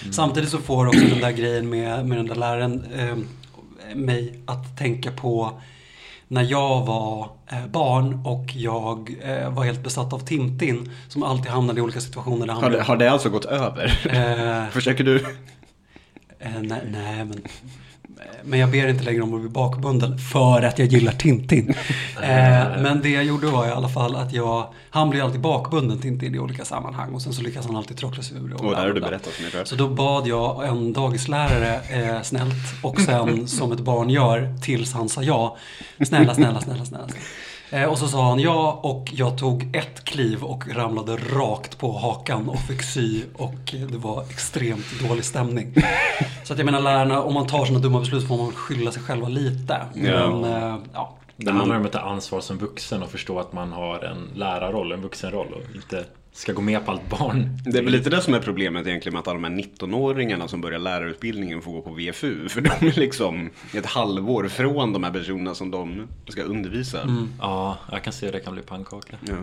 Samtidigt så får också den där grejen med den där läraren mig att tänka på när jag var barn och jag var helt besatt av Tintin som alltid hamnade i olika situationer där har det alltså gått över? Försöker du? Nej, men jag ber inte längre om att bli bakbunden för att jag gillar Tintin. Men det jag gjorde var i alla fall att han blir alltid bakbunden Tintin i olika sammanhang och sen så lyckas han alltid tråckla sig ur det. Och där har du berättat för mig. Så då bad jag en dagislärare snällt och sen som ett barn gör tills han sa ja. Snälla. Och så sa han ja och jag tog ett kliv och ramlade rakt på hakan och fick sy och det var extremt dålig stämning. Så att jag menar lärarna, om man tar sådana dumma beslut får man skylla sig själva lite. Men, ja. Det handlar om att ta ansvar som vuxen och förstå att man har en lärarroll, en vuxenroll och inte ska gå med på allt barn. Det är väl lite det som är problemet egentligen med att alla de här 19-åringarna som börjar lärarutbildningen får gå på VFU. För de är liksom ett halvår från de här personerna som de ska undervisa. Ja, jag kan se det kan bli pannkaka. Ja.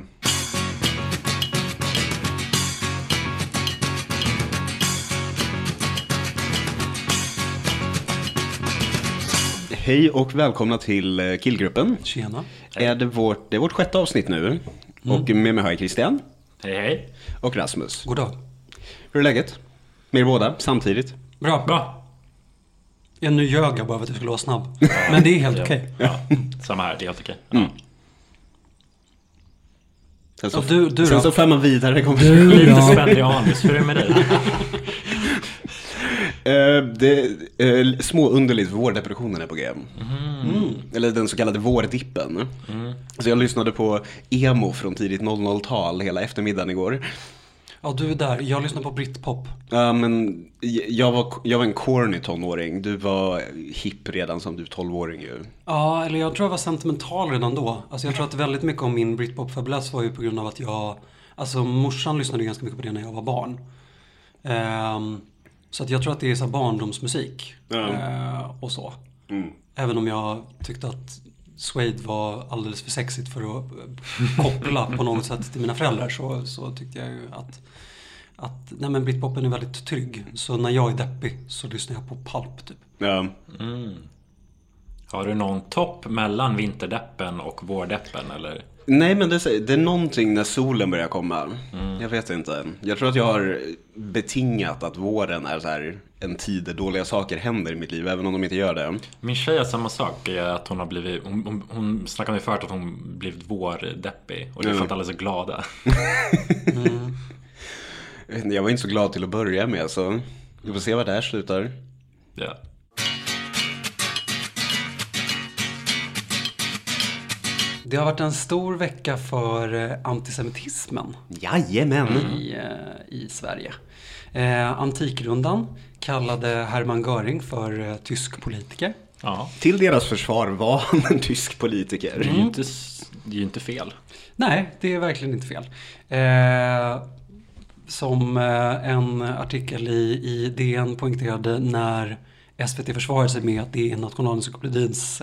Hej och välkomna till Killgruppen. Tjena. Det är vårt 6:e avsnitt nu. Och med mig har jag Christian. Hej. Och Rasmus. God dag. Hur är läget? Med er båda samtidigt? Bra. Ja, nu ljög jag bara för att du skulle vara snabb. Men det är helt okej. Ja, samma här, det är helt okej. Sen så för man vidare. Lite spänd i anus, hur är det med dig? Det är små underligt vårdepressionen är på G. Eller den så kallade vårdippen. Så jag lyssnade på emo från tidigt 00-tal hela eftermiddagen igår. Ja, du är där. Jag lyssnar på Britpop. Ja, men jag var en corny tonåring. Du var hipp redan som du 12-åring ju. Ja, eller jag tror jag var sentimental redan då. Alltså jag tror att väldigt mycket av min Britpop-fäbless var ju på grund av att morsan lyssnade ganska mycket på det när jag var barn. Så att jag tror att det är så barndomsmusik och så. Även om jag tyckte att Suede var alldeles för sexigt för att koppla på något sätt till mina föräldrar så tyckte jag ju att nej men Britpopen är väldigt trygg. Så när jag är deppig så lyssnar jag på Pulp typ. Ja. Har du någon topp mellan vinterdeppen och vårdeppen eller? Nej, men det är någonting när solen börjar komma. Jag vet inte. Jag tror att jag har betingat att våren är så här en tid där dåliga saker händer i mitt liv, även om de inte gör det. Min tjej har samma sak, att hon har blivit hon snackade med förut att hon blivit vårdeppig och det är för att alla är så glada. Jag var inte så glad till att börja med, så vi får se vad det här slutar. Ja. Det har varit en stor vecka för antisemitismen. Jajamän. I Sverige. Antikrundan kallade Hermann Göring för tysk politiker. Ja. Till deras försvar var han en tysk politiker. Det är ju inte fel. Nej, det är verkligen inte fel. Som en artikel i DN poängterade när SVT försvarade sig med att det är nationalencyklopedins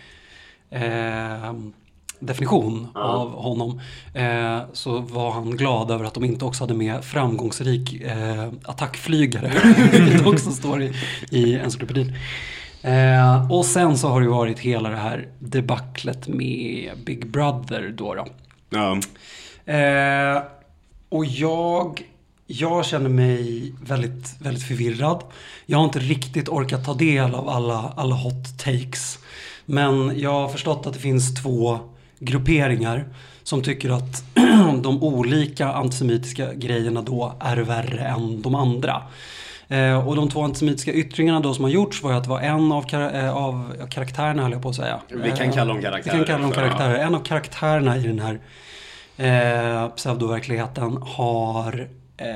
definition av honom, så var han glad över att de inte också hade med framgångsrik attackflygare, vilket också står i encyklopedin. Och sen så har det varit hela det här debaclet med Big Brother då. Ja. Och jag känner mig väldigt, väldigt förvirrad. Jag har inte riktigt orkat ta del av alla hot takes. Men jag har förstått att det finns 2 grupperingar som tycker att de olika antisemitiska grejerna då är värre än de andra. Och de 2 antisemitiska yttringarna då som har gjorts var att det var en av karaktärerna, höll jag på att säga. Vi kan kalla dem karaktärer. En av karaktärerna i den här pseudoverkligheten har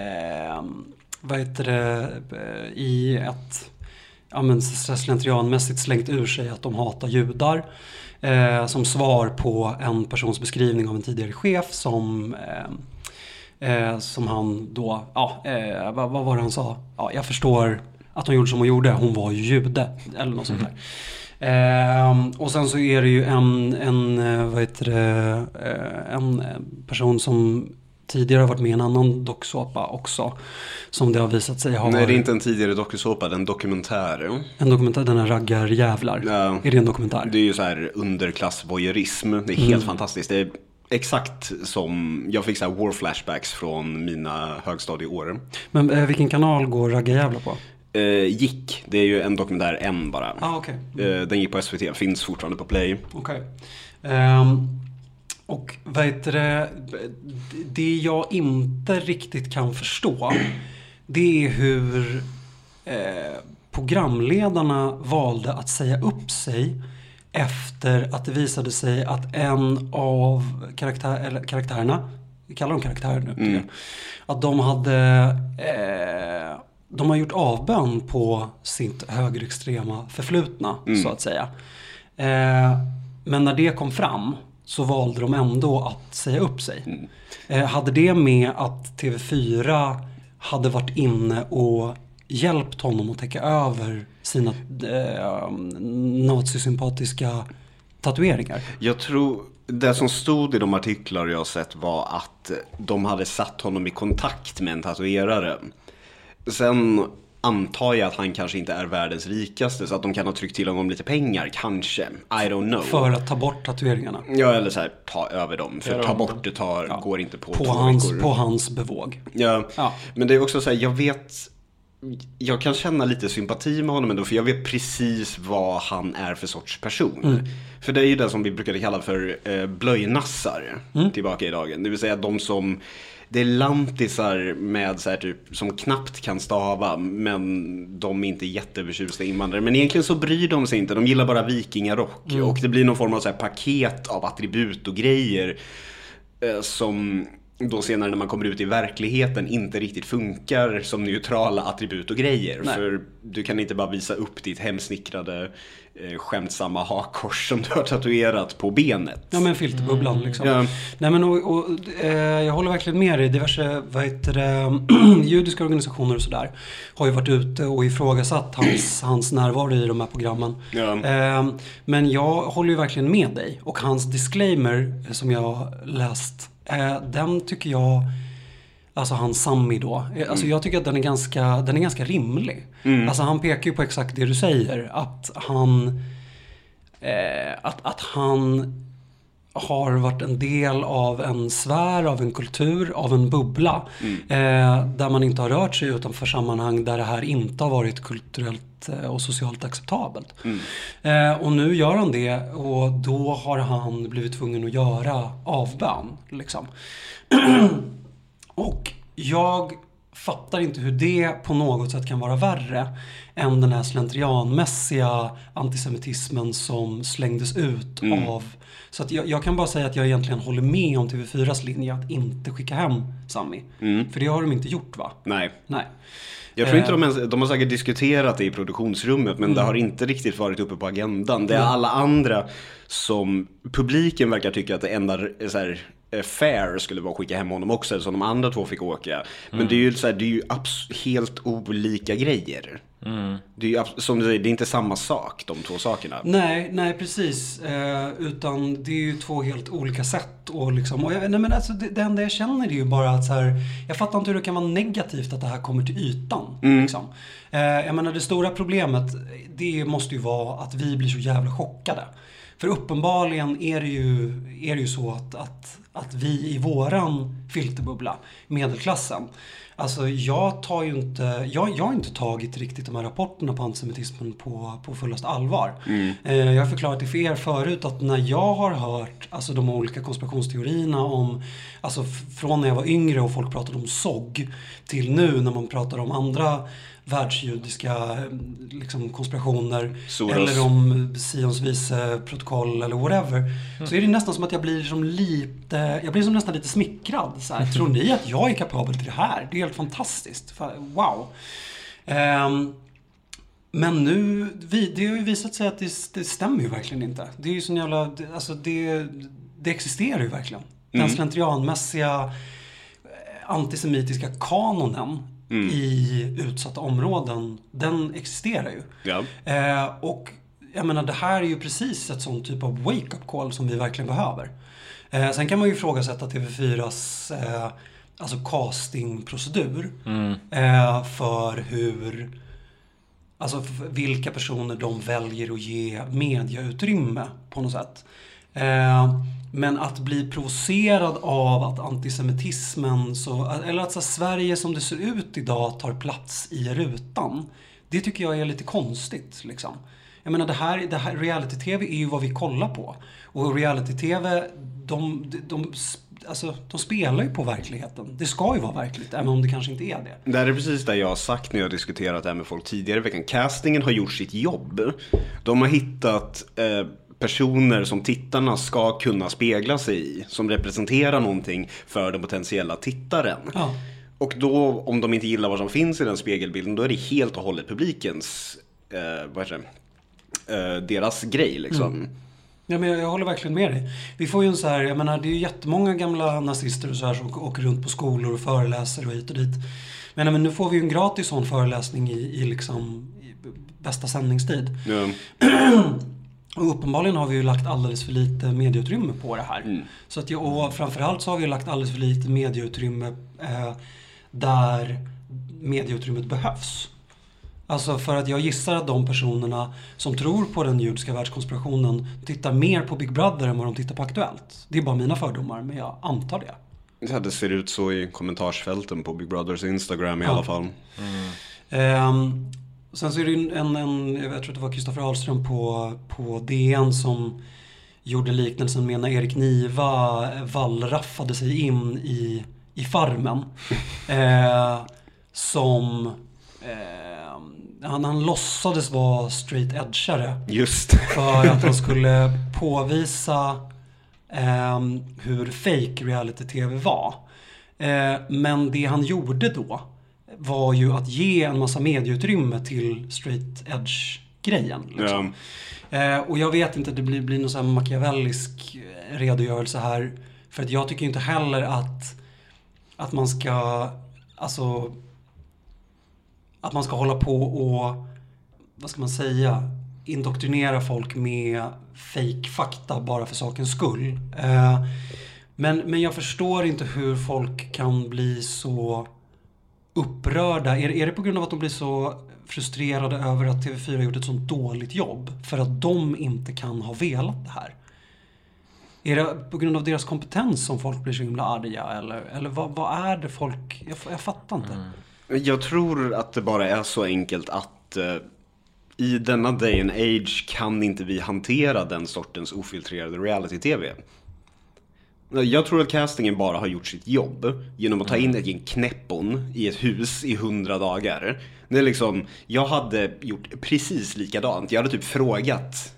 i ett slentrianmässigt slängt ur sig att de hatar judar som svar på en persons beskrivning av en tidigare chef som han då vad var det han sa? Ja, jag förstår att hon gjorde som hon gjorde, hon var ju jude eller något sånt där. Och sen så är det ju en person som tidigare har varit med i en annan dokusåpa också. Som det har visat sig ha... Nej, det är inte en tidigare dokusåpa, det är en dokumentär. En dokumentär, den här raggarjävlar. Ja. Är det en dokumentär? Det är ju så här underklassvoyeurism. Det är helt fantastiskt. Det är exakt som... Jag fick så här war-flashbacks från mina högstadieår. Men vilken kanal går raggarjävlar på? Gick. Det är ju en dokumentär, en bara. Okej. Den gick på SVT, finns fortfarande på Play. Okej. Och vad heter det? Det jag inte riktigt kan förstå, det är hur programledarna valde att säga upp sig efter att det visade sig att en av karaktärerna, vi kallar dem karaktärer nu, att de har gjort avbön på sitt högerextrema förflutna, så att säga. Men när det kom fram så valde de ändå att säga upp sig. Hade det med att TV4 hade varit inne och hjälpt honom att täcka över sina nazisympatiska tatueringar? Jag tror det som stod i de artiklar jag sett var att de hade satt honom i kontakt med en tatuerare. Sen antar jag att han kanske inte är världens rikaste, så att de kan ha tryckt till honom lite pengar, kanske. I don't know. För att ta bort tatueringarna? Ja, eller så här, ta över dem. För ta bort det går inte på 2 veckor. På hans bevåg. Ja, men det är också så här, jag kan känna lite sympati med honom ändå, för jag vet precis vad han är för sorts person. För det är ju det som vi brukade kalla för blöjnassar tillbaka i dagen. Det vill säga de som... Det är lantisar med så här typ, som knappt kan stava, men de är inte jätteförtjusta invandrare. Men egentligen så bryr de sig inte, de gillar bara vikingarock. Och det blir någon form av så här paket av attribut och grejer som då senare när man kommer ut i verkligheten inte riktigt funkar som neutrala attribut och grejer. Nej. För du kan inte bara visa upp ditt hemsnickrade skämtsamma hakkors som du har tatuerat på benet. Ja, men filterbubblan liksom. Ja. Nej, men jag håller verkligen med dig. Diverse judiska organisationer och sådär har ju varit ute och ifrågasatt hans närvaro i de här programmen. Ja. Men jag håller ju verkligen med dig. Och hans disclaimer som jag har läst, den tycker jag, alltså han Sami då, alltså jag tycker att den är ganska rimlig. Alltså han pekar ju på exakt det du säger, att han har varit en del av en sfär, av en kultur, av en bubbla där man inte har rört sig utanför sammanhang där det här inte har varit kulturellt och socialt acceptabelt. Och nu gör han det, och då har han blivit tvungen att göra avbön liksom. Och jag fattar inte hur det på något sätt kan vara värre än den här slentrianmässiga antisemitismen som slängdes ut av... Så att jag kan bara säga att jag egentligen håller med om TV4s linje att inte skicka hem Sami. För det har de inte gjort, va? Nej. Nej. Jag tror inte de har säkert diskuterat det i produktionsrummet, men det har inte riktigt varit uppe på agendan. Det är alla andra som publiken verkar tycka att det enda så här, fair skulle vara att skicka hem honom också, som de andra 2 fick åka. Men det är ju så här, det är ju helt olika grejer. Det är ju, som du säger, det är inte samma sak, de 2 sakerna. Nej, precis. Utan det är ju 2 helt olika sätt. Och liksom, men alltså, det enda jag känner är ju bara att så här, jag fattar inte hur det kan vara negativt att det här kommer till ytan. Liksom. Jag menar, det stora problemet, det måste ju vara att vi blir så jävla chockade. För uppenbarligen är det ju så att vi i våran filterbubbla, medelklassen, alltså jag har inte tagit riktigt de här rapporterna på antisemitismen på fullast allvar. Jag har förklarat det för er förut att när jag har hört alltså de olika konspirationsteorierna om, alltså från när jag var yngre och folk pratade om SOG till nu när man pratar om andra världsjudiska liksom, konspirationer Soros. Eller om Sions vice protokoll eller whatever, så är det nästan som att jag blir som nästan lite smickrad så här. Tror ni att jag är kapabel till det här? Det är helt fantastiskt. Wow. Men nu det har ju visat sig att det stämmer ju verkligen inte. Det är ju sån jävla, alltså det existerar ju verkligen. Den slentrianmässiga antisemitiska kanonen i utsatta områden, den existerar ju. Ja. Och jag menar, det här är ju precis ett sån typ av wake-up call som vi verkligen behöver. Sen kan man ju ifrågasätta TV4s alltså castingprocedur för hur, alltså vilka personer de väljer att ge mediautrymme på något sätt. Men att bli provocerad av att antisemitismen eller att så Sverige som det ser ut idag tar plats i rutan, det tycker jag är lite konstigt liksom. Jag menar det här reality-tv är ju vad vi kollar på. Och reality-tv, de spelar ju på verkligheten. Det ska ju vara verkligt, även om det kanske inte är det. Det är precis det jag har sagt när jag har diskuterat det här med folk tidigare i veckan. Castingen har gjort sitt jobb. De har hittat personer som tittarna ska kunna spegla sig i, som representerar någonting för den potentiella tittaren. Ja. Och då, om de inte gillar vad som finns i den spegelbilden, då är det helt och hållet publikens deras grej liksom. Ja, men jag håller verkligen med dig. Vi får ju en så här, jag menar, det är ju jättemånga gamla nazister och så här som åker runt på skolor och föreläser och hit och dit. Men nu får vi ju en gratis sån föreläsning i bästa sändningstid. Ja. Och uppenbarligen har vi ju lagt alldeles för lite medieutrymme på det här. Så att och framförallt så har vi lagt alldeles för lite medieutrymme där medieutrymmet behövs. Alltså för att jag gissar att de personerna som tror på den judiska världskonspirationen tittar mer på Big Brother än vad de tittar på Aktuellt. Det är bara mina fördomar, men jag antar det. Ja, det ser ut så i kommentarsfälten på Big Brothers Instagram i alla fall. Sen så är det ju jag tror att det var Kristoffer Ahlström på DN som gjorde liknelsen med när Erik Niva vallraffade sig in i Farmen. Han låtsades vara straight edgeare. Just. För att han skulle påvisa hur fake reality-tv var. Men det han gjorde då var ju att ge en massa medieutrymme till straight edge-grejen. Liksom. Och jag vet inte, det blir någon sån här machiavellisk redogörelse här. För att jag tycker inte heller att man ska att man ska hålla på och, vad ska man säga, indoktrinera folk med fake fakta bara för sakens skull. Men jag förstår inte hur folk kan bli så upprörda. Är det på grund av att de blir så frustrerade över att TV4 har gjort ett sånt dåligt jobb för att de inte kan ha velat det här? Är det på grund av deras kompetens som folk blir så himla arga? Eller vad är det folk... Jag fattar inte. Jag tror att det bara är så enkelt att i denna day and age kan inte vi hantera den sortens ofiltrerade reality-tv. Jag tror att castingen bara har gjort sitt jobb genom att ta in ett gäng knäppon i ett hus i 100 dagar. Det är liksom, jag hade gjort precis likadant. Jag hade typ frågat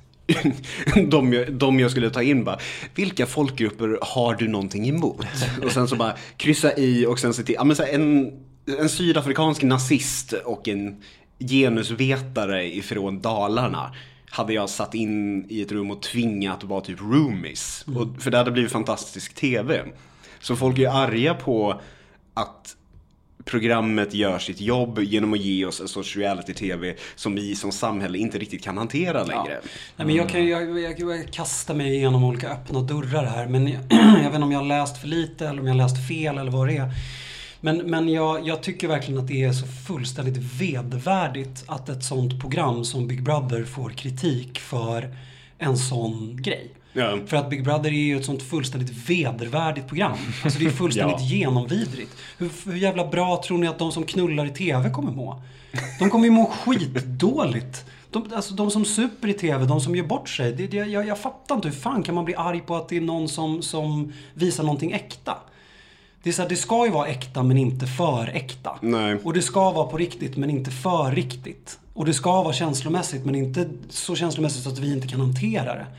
de jag skulle ta in bara, vilka folkgrupper har du någonting emot? Och sen så bara kryssa i och sen se till, en sydafrikansk nazist och en genusvetare ifrån Dalarna hade jag satt in i ett rum och tvingat att vara typ roomies. För det hade blivit fantastisk tv. Så folk är arga på att programmet gör sitt jobb genom att ge oss en sorts reality-tv som vi som samhälle inte riktigt kan hantera längre. Ja. Nej, men jag kastar mig igenom olika öppna dörrar här. Men jag vet inte om jag har läst för lite eller om jag har läst fel eller vad det är. Men jag tycker verkligen att det är så fullständigt vedervärdigt att ett sånt program som Big Brother får kritik för en sån grej. Ja. För att Big Brother är ju ett sånt fullständigt vedervärdigt program. Alltså det är fullständigt genomvidrigt. Hur jävla bra tror ni att de som knullar i tv kommer må? De kommer ju må skitdåligt. De som super i tv, de som gör bort sig. Jag fattar inte, hur fan kan man bli arg på att det är någon som visar någonting äkta? Det är så här, det ska ju vara äkta men inte för äkta. Nej. Och det ska vara på riktigt men inte för riktigt. Och det ska vara känslomässigt men inte så känslomässigt så att vi inte kan hantera det.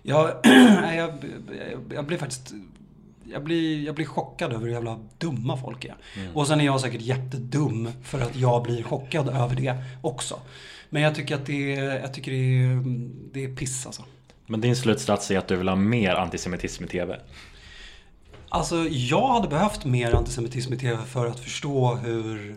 Jag blir faktiskt... Jag blir chockad över hur jävla dumma folk är. Och sen är jag säkert jättedum för att jag blir chockad över det också. Men jag tycker att det är piss alltså. Men din slutsats är att du vill ha mer antisemitism i tv? Alltså jag hade behövt mer antisemitism i tv för att förstå hur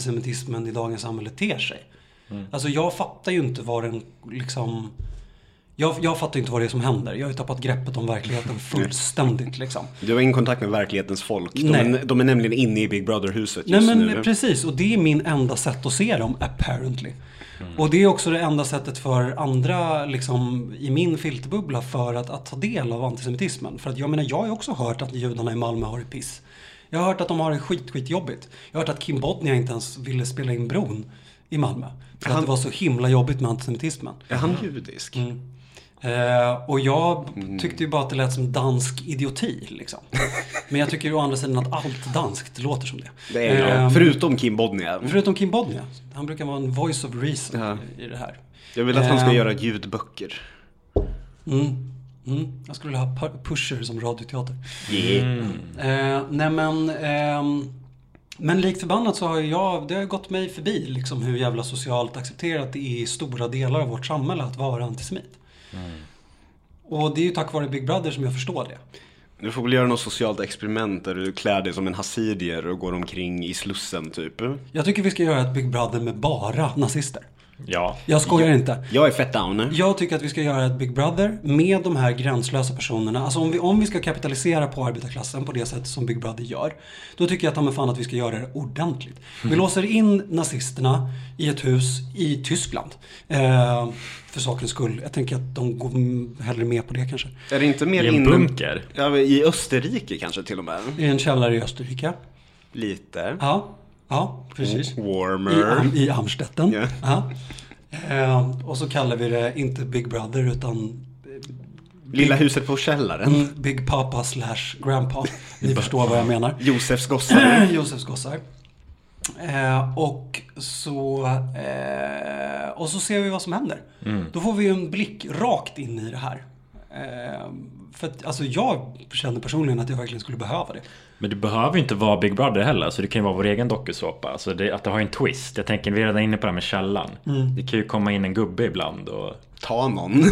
antisemitismen i dagens samhälle ter sig. Alltså jag fattar ju inte vad den liksom... Jag fattar inte vad det är som händer. Jag har ju tappat greppet om verkligheten fullständigt liksom. Du har ingen kontakt med verklighetens folk. De är nämligen inne i Big Brother-huset just nu. Precis, och det är min enda sätt att se dem, apparently. Och det är också det enda sättet för andra liksom, i min filterbubbla för att ta del av antisemitismen. För att jag har ju också hört att judarna i Malmö har det piss. Jag har hört att de har det skitjobbigt. Jag har hört att Kim Bodnia inte ens ville spela in Bron i Malmö. För att det var så himla jobbigt med antisemitismen. Är han judisk? Och jag tyckte ju bara att det lät som dansk idioti liksom. Men jag tycker å andra sidan att allt danskt låter som det. Det är förutom Kim Bodnia. Förutom Kim Bodnia. Han brukar vara en voice of reason i det här. Jag vill att han ska göra ljudböcker. Jag skulle ha Pusher som radioteater. Men likt förbannat så har det har gått mig förbi liksom hur jävla socialt accepterat det är i stora delar av vårt samhälle att vara antisemit. Och det är ju tack vare Big Brother som jag förstår det. Du får väl göra något socialt experiment där du klär dig som en hasidier och går omkring i Slussen typ. Jag tycker vi ska göra ett Big Brother med bara nazister. Ja. Jag skojar inte. Jag är fett down. Jag tycker att vi ska göra ett Big Brother med de här gränslösa personerna. Alltså om vi ska kapitalisera på arbetarklassen på det sätt som Big Brother gör, då tycker jag att vi ska göra det ordentligt. Vi låser in nazisterna i ett hus i Tyskland. För sakens skull. Jag tänker att de går hellre med på det kanske. Är det inte mer i en bunker? Ja, i Österrike kanske till och med. I en källare i Österrike. Lite. Ja, precis. Warmer. I Amstetten. Yeah. Och så kallar vi det inte Big Brother utan Lilla huset på källaren. Big Papa / Grandpa. Ni förstår vad jag menar. Josefs gossar. Josefs gossar. Och så ser vi vad som händer. Då får vi en blick rakt in i det här. För att, alltså jag känner personligen att jag verkligen skulle behöva det. Men det behöver ju inte vara Big Brother heller. Så det kan ju vara vår egen dokusåpa. Alltså att det har en twist. Jag tänker, vi är redan inne på det här med källan. Det kan ju komma in en gubbe ibland och ta någon.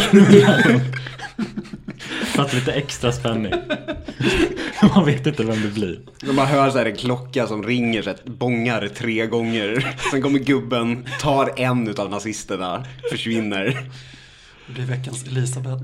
För att lite extra spänning. Man vet inte vem det blir. Man hör så här en klocka som ringer, så här, bångar 3 gånger. Sen kommer gubben, tar en utav nazisterna, försvinner. Det blir veckans Elisabeth.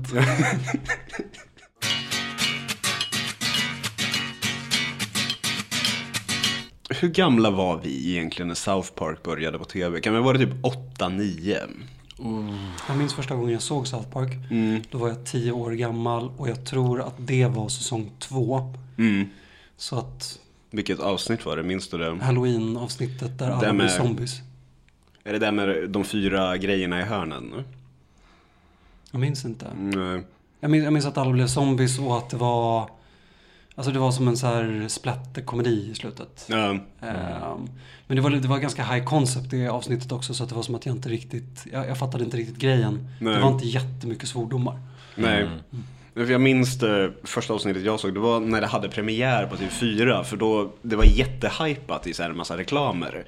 Hur gamla var vi egentligen när South Park började på tv? Kan vi vara typ 8-9? Jag minns första gången jag såg South Park. Då var jag 10 år gammal. Och jag tror att det var säsong 2. Så att... Vilket avsnitt var det? Minns du det? Halloween-avsnittet där alla blir zombies. Är det där med de 4 grejerna i hörnen? Jag minns inte. Nej. Jag minns att alla blev zombies och att det var... Alltså det var som en så här splatterkomedi i slutet. Men det var ganska high concept i avsnittet också. Så att det var som att jag inte riktigt... Jag fattade inte riktigt grejen. Nej. Det var inte jättemycket svordomar. Nej. För jag minns det första avsnittet jag såg. Det var när det hade premiär på TV4. För då, det var jättehypat i så här en massa reklamer.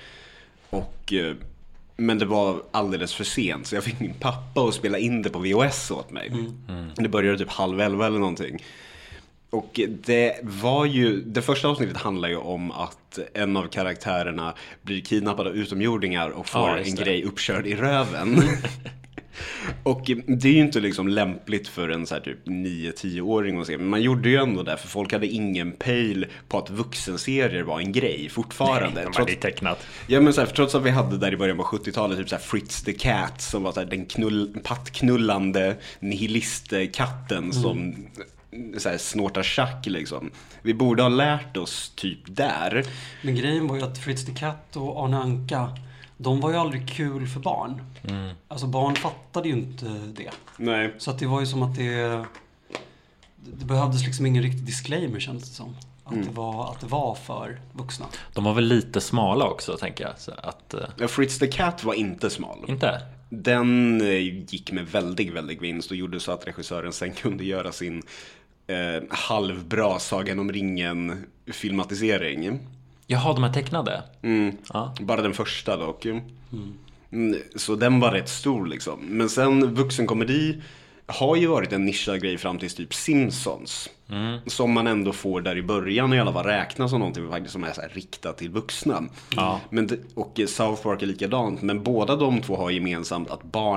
Men det var alldeles för sent. Så jag fick min pappa att spela in det på VHS åt mig. Det började typ 10:30 eller någonting. Och det första avsnittet handlar ju om att en av karaktärerna blir kidnappad av utomjordingar och får en grej uppkörd i röven. Och det är ju inte liksom lämpligt för en så här typ 9-10-åring att se. Men man gjorde ju ändå det, för folk hade ingen pejl på att vuxenserier var en grej fortfarande. Nej, de hade tecknat. Ja, men så här, trots att vi hade där i början på 70-talet typ så här Fritz the Cat, som var så här, den pattknullande nihilistkatten som så här, snortar schack liksom. Vi borde ha lärt oss typ där. Men grejen var ju att Fritz the Cat och Arne Anka, de var ju aldrig kul för barn. Alltså barn fattade ju inte det. Nej. Så att det var ju som att det behövdes liksom ingen riktig disclaimer, kändes det som. Att det var för vuxna. De var väl lite smala också, tänker jag. Så att, Fritz the Cat var inte smal. Inte? Den gick med väldigt, väldigt vinst och gjorde så att regissören sen kunde göra sin halvbra Sagan om ringen filmatisering. Jaha, de är tecknade? Ja. Bara den första dock. Så den var rätt stor liksom. Men sen vuxenkomedi har ju varit en nischad grej fram till typ Simpsons. Som man ändå får där i början i alla fall räkna som någonting faktiskt som är så här riktat till vuxna. Och South Park är likadant. Men båda de två har gemensamt att barn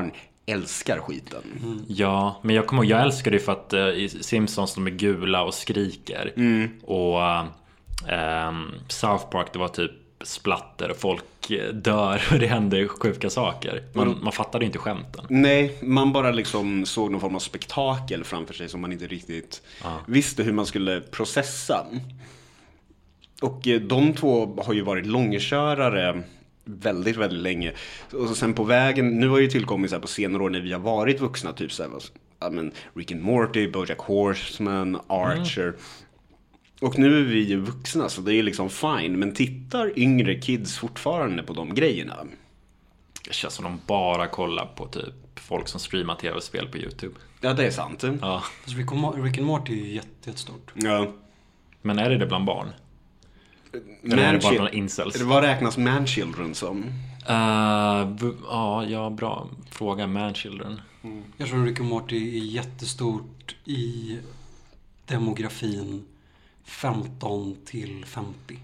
älskar skiten. Ja, men jag älskar det för att i Simpsons de är gula och skriker. Och South Park det var typ splatter och folk dör och det händer sjuka saker. Man fattade inte skämten. Nej, man bara liksom såg någon form av spektakel framför sig som man inte riktigt visste hur man skulle processa. Och de två har ju varit långkörare väldigt, väldigt länge. Och så sen på vägen, nu har ju tillkommit så här på senare år när vi har varit vuxna, typ så här, Rick and Morty, BoJack Horseman, Archer. Och nu är vi ju vuxna så det är liksom fine. Men tittar yngre kids fortfarande på de grejerna? Det känns som de bara kollar på typ folk som streamar tv-spel på YouTube. Ja, det är sant. Ja. Alltså Rick and Morty är ju jättestort. Ja. Men är det bland barn? Eller är det bara bland incels? Vad räknas manchildren som? Ja, bra fråga. Manchildren. Jag tror Rick and Morty är jättestort i demografin 15 till 50.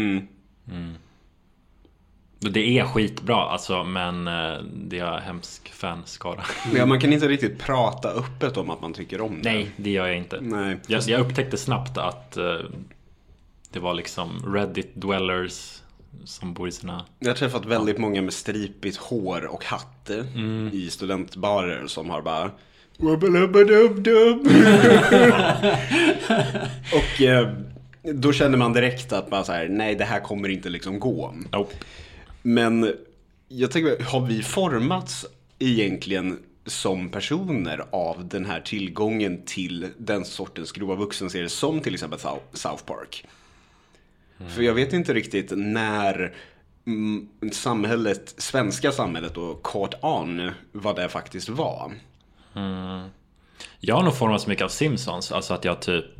Det är skitbra alltså, men det är hemsk fanskara. Ja, man kan inte riktigt prata öppet om att man tycker om det. Nej, det gör jag inte. Nej. Jag upptäckte snabbt att det var liksom Reddit-dwellers som bor i sina... Jag har träffat väldigt många med stripigt hår och hatt i studentbarer som har bara... Och då känner man direkt att bara så här, nej, det här kommer inte liksom gå. Nope. Men jag tänker, har vi formats egentligen som personer av den här tillgången till den sortens grova vuxenserier som till exempel South Park? För jag vet inte riktigt när svenska samhället och caught on vad det faktiskt var. Jag har nog formats mycket av Simpsons. Alltså att jag typ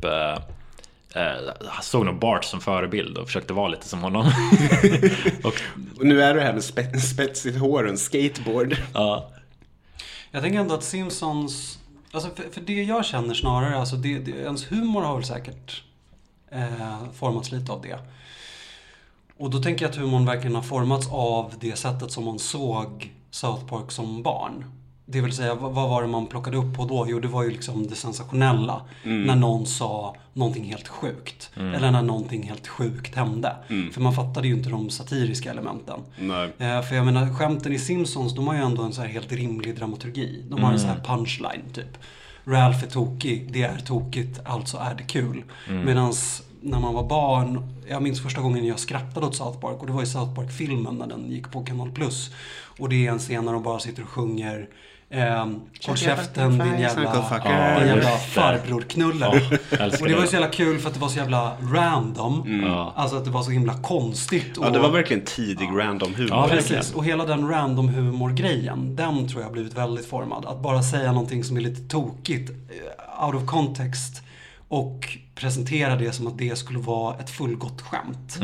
såg nog Bart som förebild och försökte vara lite som honom. och nu är det här med spetsigt hår och en skateboard. Ja. Jag tänker ändå att Simpsons... Alltså för det jag känner snarare... Alltså ens humor har väl säkert formats lite av det. Och då tänker jag att humorn verkligen har formats av det sättet som man såg South Park som barn. Det vill säga, vad var det man plockade upp på då? Jo, det var ju liksom det sensationella. När någon sa någonting helt sjukt. Eller när någonting helt sjukt hände. För man fattade ju inte de satiriska elementen. Nej. För jag menar, skämten i Simpsons, de har ju ändå en så här helt rimlig dramaturgi. De har en så här punchline, typ. Ralph är tokig, det är tokigt, alltså är det kul. Medans när man var barn, jag minns första gången jag skrattade åt South Park. Och det var i South Park-filmen när den gick på Kanal Plus. Och det är en scen när de bara sitter och sjunger... Håll käften, din jävla farbrorknullare. Och det var så jävla kul för att det var så jävla random. Alltså att det var så himla konstigt. Ja, det var verkligen tidig random humor. Ja, precis. Och hela den random humor-grejen, den tror jag har blivit väldigt formad. Att bara säga någonting som är lite tokigt, out of context, och presentera det som att det skulle vara ett fullgott skämt.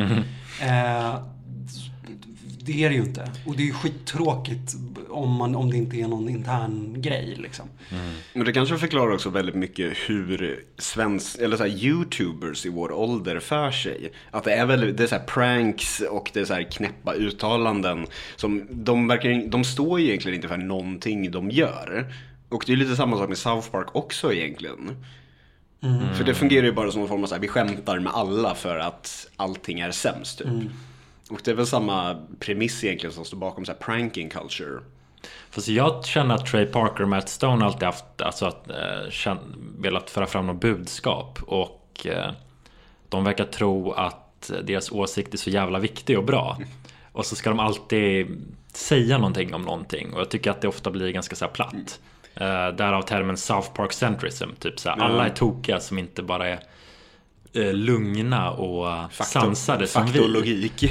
Det är det ju inte. Och det är ju skittråkigt om det inte är någon intern grej liksom. Men det kanske förklarar också väldigt mycket hur eller så här, YouTubers i vår ålder för sig. Att det är så här pranks och det är så här knäppa uttalanden som de står ju egentligen inte för någonting de gör. Och det är lite samma sak med South Park också egentligen. För det fungerar ju bara som en form av så här, vi skämtar med alla för att allting är sämst typ. Och det är väl samma premiss egentligen som står bakom så här pranking culture. Fast jag känner att Trey Parker och Matt Stone alltid haft velat föra fram något budskap. Och de verkar tro att deras åsikt är så jävla viktig och bra. Och så ska de alltid säga någonting om någonting. Och jag tycker att det ofta blir ganska så här platt. Därav termen South Park centrism. Typ så här, alla är tokiga som inte bara är lugna och sansade som vi. Faktologik.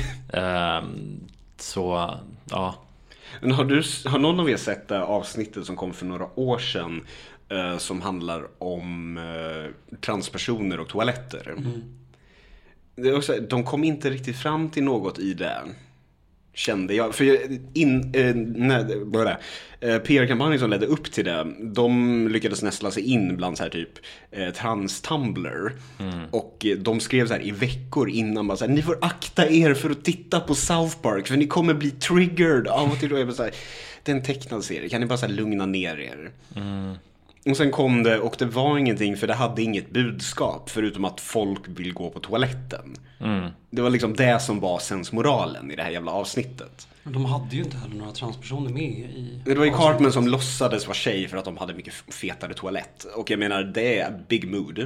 Så, ja. Men har någon av er sett det avsnittet som kom för några år sedan som handlar om transpersoner och toaletter? Det är också, de kom inte riktigt fram till något i det. kände jag. För PR-kampanjen som ledde upp till det, de lyckades nästla sig in bland så här typ trans-Tumblr. Och de skrev så här i veckor innan bara så här, ni får akta er för att titta på South Park för ni kommer bli triggered av och till. Då är det så här, det är en tecknad serie, kan ni bara så här lugna ner er? Och sen kom det, och det var ingenting, för det hade inget budskap förutom att folk vill gå på toaletten. Det var liksom det som var sensmoralen i det här jävla avsnittet. Men de hade ju inte heller några transpersoner med i... Det var ju Cartman som låtsades vara tjej för att de hade mycket fetare toalett. Och jag menar, det är big mood.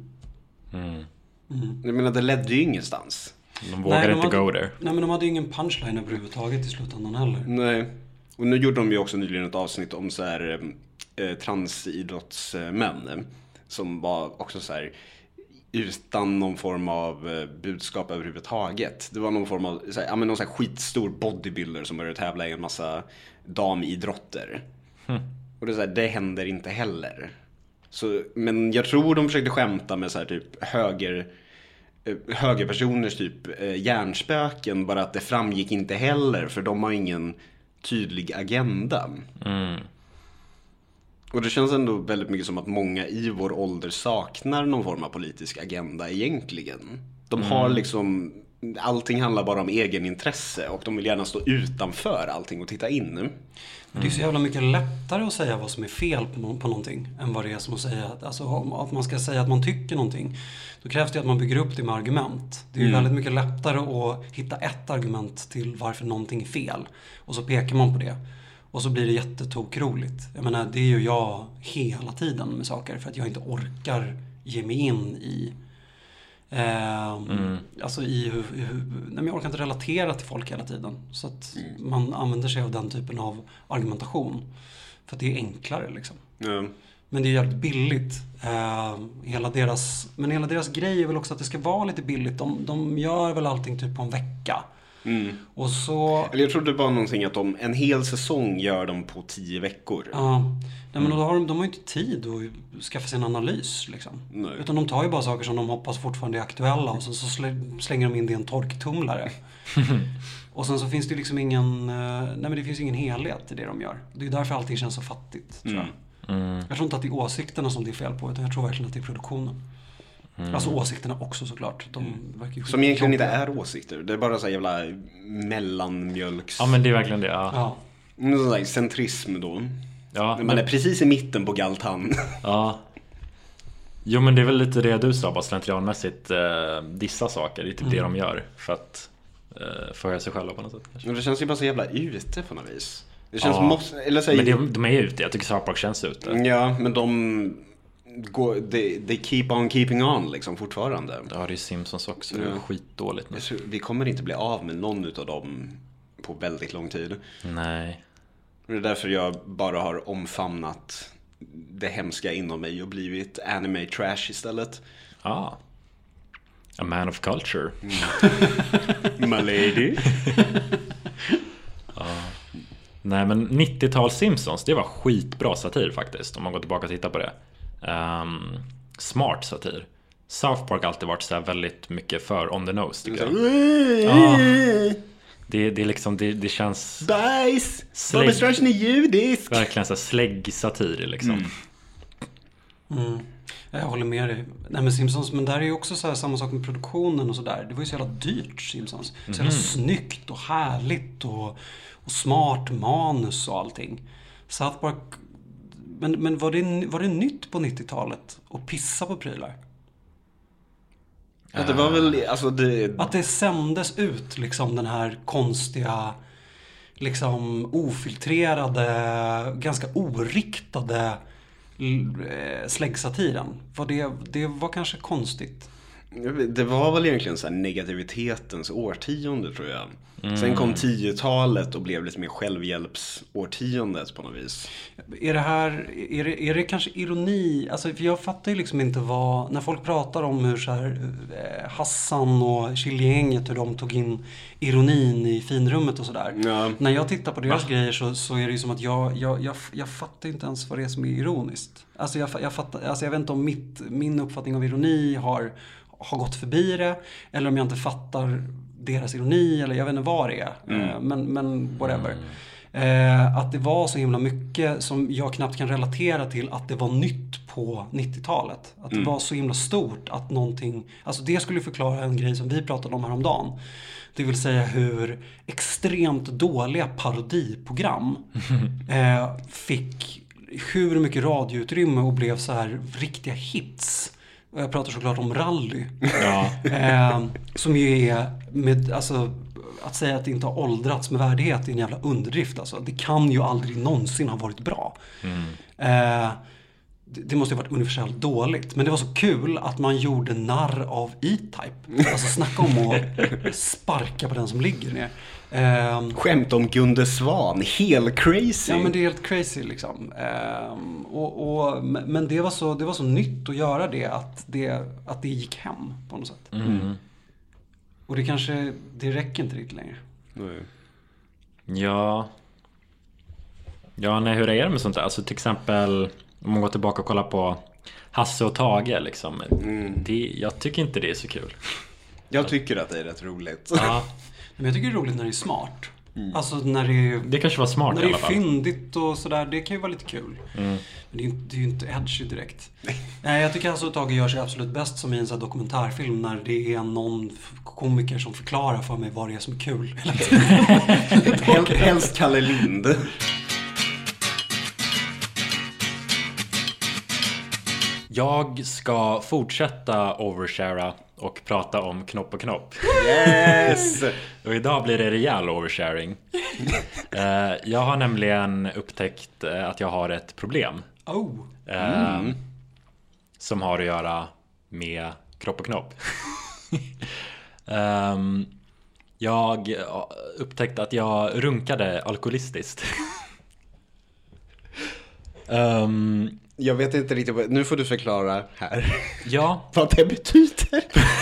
Jag menar, det ledde ju ingenstans. De vågade inte go there. Nej, men de hade ju ingen punchline överhuvudtaget i slutändan heller. Nej. Och nu gjorde de ju också nyligen ett avsnitt om så här transidrottsmän som var också så här utan någon form av budskap överhuvudtaget. Det var någon form av så här, någon så här skitstor bodybuilder som började tävla i en massa damidrotter. Och det är så här, det händer inte heller. Så, men jag tror de försökte skämta med så här typ högerpersoners typ hjärnspöken, bara att det framgick inte heller, för de har ingen tydlig agenda. Och det känns ändå väldigt mycket som att många i vår ålder saknar någon form av politisk agenda egentligen. De har liksom, allting handlar bara om egenintresse och de vill gärna stå utanför allting och titta in. Det är så jävla mycket lättare att säga vad som är fel på någonting än vad det är som att säga att man ska säga att man tycker någonting. Då krävs det att man bygger upp det med argument. Det är ju väldigt mycket lättare att hitta ett argument till varför någonting är fel. Och så pekar man på det. Och så blir det jättetokroligt. Jag menar, det är ju jag hela tiden med saker för att jag inte orkar ge mig in i alltså i nej, jag orkar inte relatera till folk hela tiden. Så att man använder sig av den typen av argumentation. För att det är enklare liksom. Men det är jävligt billigt. Hela deras grej är väl också att det ska vara lite billigt. De gör väl allting typ på en vecka. Och så... Eller jag trodde det var någonting att en hel säsong gör de på 10 veckor. Ja, nej, men då har de har ju inte tid att skaffa sig en analys liksom. Utan de tar ju bara saker som de hoppas fortfarande är aktuella och så slänger de in det i en torktumlare. Och sen så finns det liksom det finns ingen helhet i det de gör. Det är därför allting känns så fattigt, tror jag. Jag tror inte att det är åsikterna som det är fel på, utan jag tror verkligen att det är produktionen. Alltså åsikterna också såklart. De verkar ju som egentligen inte är åsikter. Det är bara så här jävla mellanmjölks... Ja, men det är verkligen det, ja. Sån där centrism då. Ja, när man är precis i mitten på galtan. Ja. Jo, men det är väl lite det du sa, bara slentrianmässigt dissa saker. Det är typ det de gör för att förhöja sig själva på något sätt kanske. Men det känns ju bara så jävla ute på något vis. Det känns men de är ute. Jag tycker South Park känns ute. Ja, men they keep on keeping on liksom fortfarande. Ja, det är Simpsons också. Det är skitdåligt nu. Vi kommer inte bli av med någon utav dem på väldigt lång tid. Nej. Det är därför jag bara har omfamnat det hemska inom mig och blivit anime trash istället. A man of culture. My lady. Nej, men 90-tals Simpsons, det var skitbra satir faktiskt, om man går tillbaka och tittar på det. Smart satir. South Park har alltid varit så här väldigt mycket för on the nose, tycker jag. Det är liksom, det känns... Bajs! Bobby Strashen är judisk! Verkligen så här slägg-satir liksom. Jag håller med dig. Nej, men Simpsons, men där är ju också så här, samma sak med produktionen och sådär. Det var ju så jävla dyrt, Simpsons. Så jävla snyggt och härligt och smart manus och allting. South Park... Men var det nytt på 90-talet att pissa på prylar? Ja, det var väl, alltså att det sändes ut liksom den här konstiga, liksom ofiltrerade, ganska oriktade släggsatiren. Det var kanske konstigt. Det var väl egentligen så här negativitetens årtionde, tror jag. Sen kom 10-talet och blev lite mer självhjälpsårtiondet på något vis. Är det kanske ironi? Alltså, för jag fattar ju liksom inte när folk pratar om hur så här, Hassan och Kilgänget, hur de tog in ironin i finrummet och sådär. Ja. När jag tittar på deras grejer så är det ju som att jag fattar inte ens vad det är som är ironiskt. Alltså jag vet inte om min uppfattning av ironi har gått förbi det, eller om jag inte fattar deras ironi eller jag vet inte vad det är. Men whatever. Att det var så himla mycket som jag knappt kan relatera till att det var nytt på 90-talet. Att det var så himla stort att någonting, alltså det skulle förklara en grej som vi pratade om häromdagen. Det vill säga hur extremt dåliga parodiprogram fick hur mycket radioutrymme och blev så här riktiga hits. Och jag pratar såklart om rally. Ja. Som ju är med, alltså, att säga att det inte har åldrats med värdighet är en jävla underdrift. Alltså. Det kan ju aldrig någonsin ha varit bra. Det måste ha varit universellt dåligt. Men det var så kul att man gjorde narr av E-Type. Alltså snacka om att sparka på den som ligger ner. Skämt om Gunde Svan, helt crazy. Ja, men det är helt crazy liksom. Men det var så nytt att göra det att det gick hem på något sätt. Och det räcker inte riktigt längre. Nej. Ja, nej, hur är det med sånt där? Alltså till exempel om man går tillbaka och kollar på Hasse och Tage liksom. Jag tycker inte det är så kul. Jag tycker att det är rätt roligt. Ja. Men jag tycker det är roligt när det är smart. Alltså Det kanske var smart när i det alla är fall. fyndigt och sådär, det kan ju vara lite kul. Men det är ju inte edgy direkt. Jag tycker alltså att Tage gör sig absolut bäst som i en sån här dokumentärfilm när det är någon komiker som förklarar för mig vad det är som är kul. Helst Kalle Lind. Jag ska fortsätta overshara och prata om knopp och knopp. Yes! Och idag blir det rejäl oversharing. Jag har nämligen upptäckt att jag har ett problem. Som har att göra med kropp och knopp. Jag upptäckte att jag runkade alkoholistiskt. Jag vet inte riktigt, nu får du förklara här. Ja. Vad det betyder.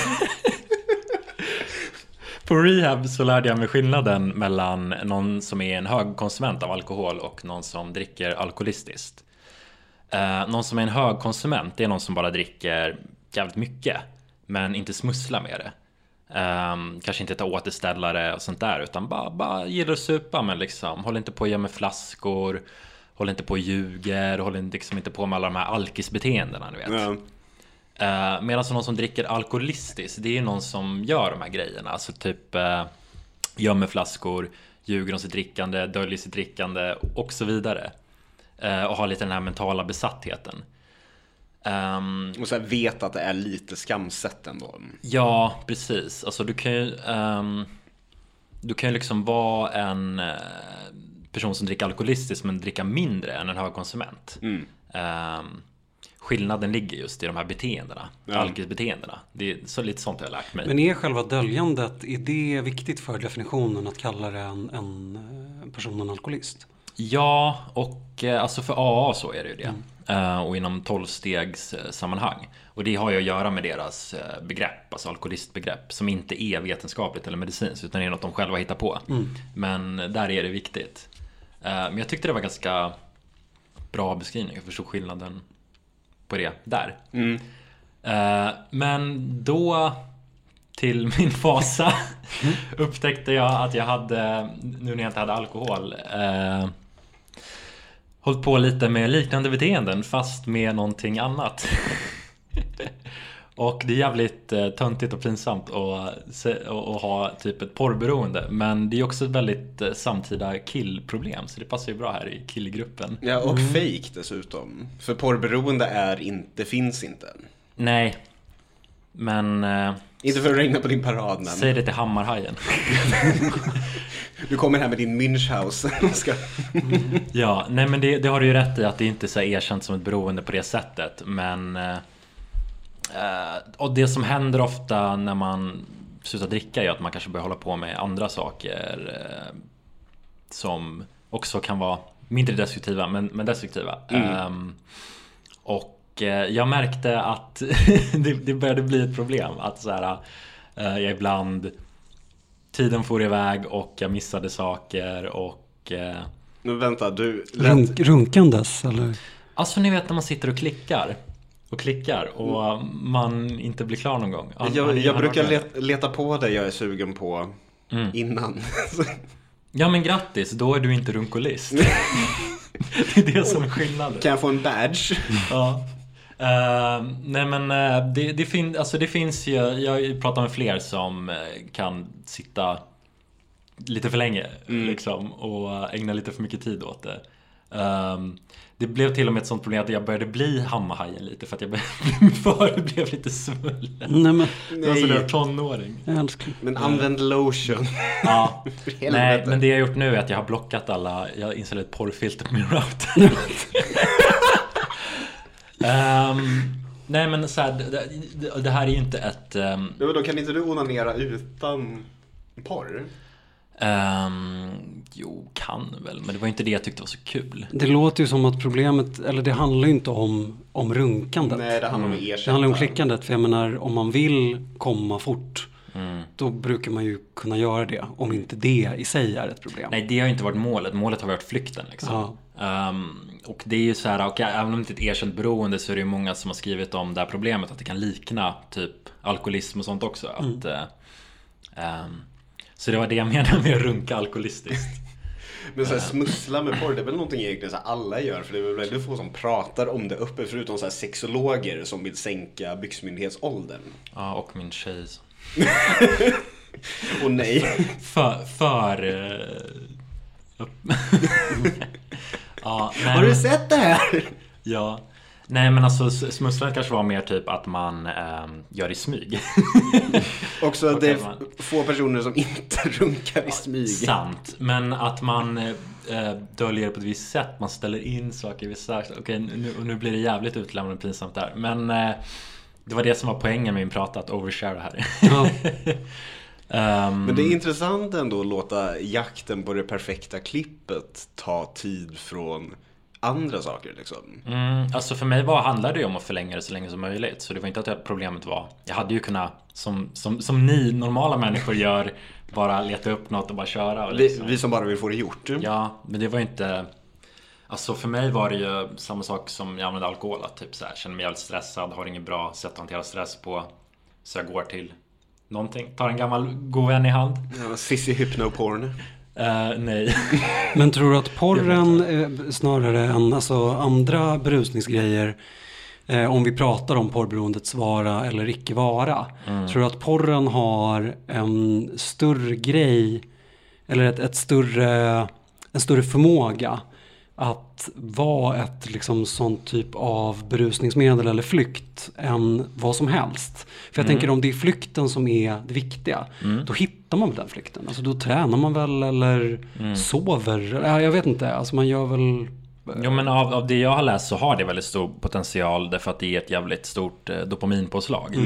På rehab så lärde jag mig skillnaden mellan någon som är en hög konsument av alkohol och någon som dricker alkoholistiskt. Någon som är en hög konsument, det är någon som bara dricker jävligt mycket men inte smusslar med det. Kanske inte ta återställare och sånt där, utan bara gillar att supa, men liksom håller inte på att gömma flaskor, håller inte på och ljuger, håller liksom inte på med alla de här alkisbeteendena, ni vet. Medan någon som dricker alkoholistiskt, det är någon som gör de här grejerna, alltså typ gömmer flaskor, ljuger om sitt drickande, döljer sitt drickande och så vidare. Och har lite den här mentala besattheten. Och så här vet att det är lite skamset ändå. Ja, precis. Alltså du kan ju liksom vara en person som dricker alkoholistiskt men dricka mindre än en hög konsument. Skillnaden ligger just i de här beteendena, alkisbeteendena. Det är så lite sånt jag har lärt mig. Men är själva döljandet, är det viktigt för definitionen att kalla det en person en alkoholist? Ja, och alltså för AA så är det ju det. Och inom 12-stegs sammanhang. Och det har ju att göra med deras begrepp, alltså alkoholistbegrepp, som inte är vetenskapligt eller medicinskt, utan är något de själva hittar på. Men där är det viktigt. Men jag tyckte det var ganska bra beskrivning. Jag förstod skillnaden på det där. Men då, till min fasa, upptäckte jag att jag hade, nu när jag inte hade alkohol, hållit på lite med liknande beteenden fast med någonting annat. Och det är jävligt töntigt och pinsamt att ha typ ett porrberoende. Men det är också ett väldigt samtida killproblem, så det passar ju bra här i killgruppen. Ja, och fake dessutom. För porrberoende finns inte. Nej, men... Inte för att regna på din parad, men... Säg det till Hammarhajen. Du kommer här med din Münchhaus. Ja, nej men det har du ju rätt i, att det inte är så erkänt som ett beroende på det sättet. Men... och det som händer ofta när man slutar dricka är att man kanske börjar hålla på med andra saker som också kan vara mindre destruktiva, men destruktiva. Och jag märkte att det började bli ett problem. Att så här, jag ibland... Tiden får iväg och jag missade saker och... Men vänta, du... Runkandes, eller? Alltså ni vet när man sitter och klickar. och klickar och man inte blir klar någon gång. Jag brukar leta på det jag är sugen på innan. Ja, men grattis, då är du inte runkolist. Det är det som är skillnaden. Kan jag få en badge? Ja. Nej, men det finns ju, jag pratar med fler som kan sitta lite för länge liksom, och ägna lite för mycket tid åt det. Det blev till och med ett sånt problem att jag började bli hammarhajen lite för att jag blev lite svullen. Nej, men det var sådär tonåring. Men använd lotion. Ja. Nej, men det jag har gjort nu är att jag har blockat alla. Jag har installerat ett porrfilter på min router. Nej, men så här, det här är ju inte ett Då kan inte du onanera utan porr? Jo, kan väl. Men det var inte det jag tyckte var så kul. Det låter ju som att problemet, eller det handlar ju inte om runkandet. Nej, det handlar om ersättning. Det handlar om klickandet. För jag menar, om man vill komma fort, då brukar man ju kunna göra det. Om inte det i sig är ett problem. Nej, det har ju inte varit målet. Målet har varit flykten liksom. Ja. Och det är ju så här, okay, även om det inte är ett erkänt beroende, så är det ju många som har skrivit om det här problemet, att det kan likna typ alkoholism och sånt också. Så det var det jag menade med att runka alkoholistiskt. Men så här, smussla med porr, det är väl någonting egentligen så alla gör. För det är väl väldigt få som pratar om det uppe, förutom så här sexologer som vill sänka byxmyndighetsåldern. Ja, och min tjej. Och nej. Ja, har du sett det här? Ja. Nej, men alltså smusslan kanske var mer typ att man gör i smyg. Också det är få personer som inte runkar i smyg. Sant, men att man döljer på ett visst sätt. Man ställer in saker vid sagt. Okej, nu blir det jävligt utlämnande och pinsamt där. Men det var det som var poängen med min prata, att overshare här. Ja. Men det är intressant ändå att låta jakten på det perfekta klippet ta tid från andra saker liksom. Alltså för mig handlade det ju om att förlänga det så länge som möjligt. Så det var inte att problemet var. Jag hade ju kunnat, som ni normala människor gör, bara leta upp något och bara köra. Och liksom. Vi som bara vill få det gjort. Ja, men det var inte. Alltså för mig var det ju samma sak som jag använde alkohol. Att typ så här, känner mig jävligt stressad, har inget bra sätt att hantera stress på. Så jag går till någonting, tar en gammal god vän i hand. Ja, Sissy Hypnoporn. Nej. Men tror du att porren snarare än alltså andra berusningsgrejer, om vi pratar om porrberoendets vara eller icke vara, tror du att porren har en större grej eller en större förmåga att vara ett liksom sån typ av berusningsmedel eller flykt än vad som helst? För jag tänker om det är flykten som är det viktiga, då hittar man väl den flykten. Alltså då tränar man väl eller sover. Jag vet inte, alltså man gör väl. Jo, men av det jag har läst så har det väldigt stor potential, därför att det är ett jävligt stort dopaminpåslag.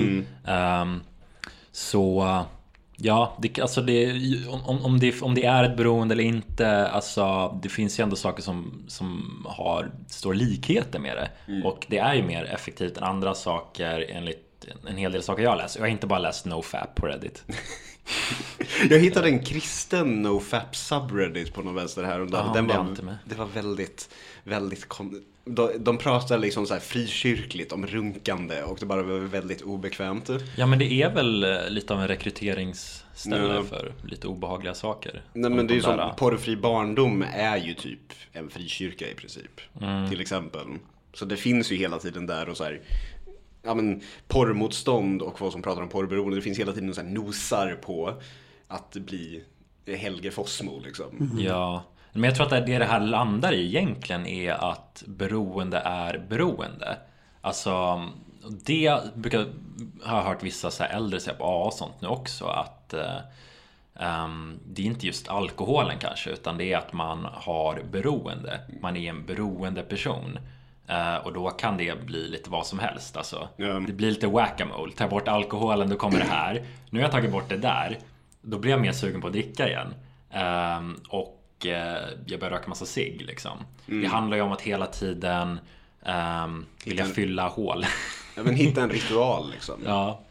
Så ja, alltså om det är ett beroende eller inte, alltså det finns ju ändå saker som har stor likheter med det. Och det är ju mer effektivt än andra saker enligt en hel del saker jag har läst. Jag har inte bara läst NoFap på Reddit. Jag hittade en kristen NoFap subreddit på någon vänster här. Det var väldigt de pratar liksom så här frikyrkligt om runkande, och det bara var väldigt obekvämt. Ja, men det är väl lite av en rekryteringsställe för lite obehagliga saker. Nej, men det är ju som porrfri barndom är ju typ en frikyrka i princip. Till exempel. Så det finns ju hela tiden där och så här, ja men porrmotstånd och vad som pratar om porrberoende, det finns hela tiden så här nosar på att bli Helge Fossmo liksom. Ja, men jag tror att det här landar i egentligen är att beroende är beroende. Alltså det brukar ha hört vissa så här äldre säga på och sånt nu också, att det är inte just alkoholen kanske, utan det är att man har beroende. Man är en beroende person. Och då kan det bli lite vad som helst. Alltså, det blir lite whack-a-mole. Ta bort alkoholen, då kommer det här. Nu har jag tagit bort det där. Då blir jag mer sugen på att dricka igen. Och jag börjar röka massa cigg liksom. Det handlar ju om att hela tiden vilja fylla hål. Ja, men hitta en ritual liksom. Ja.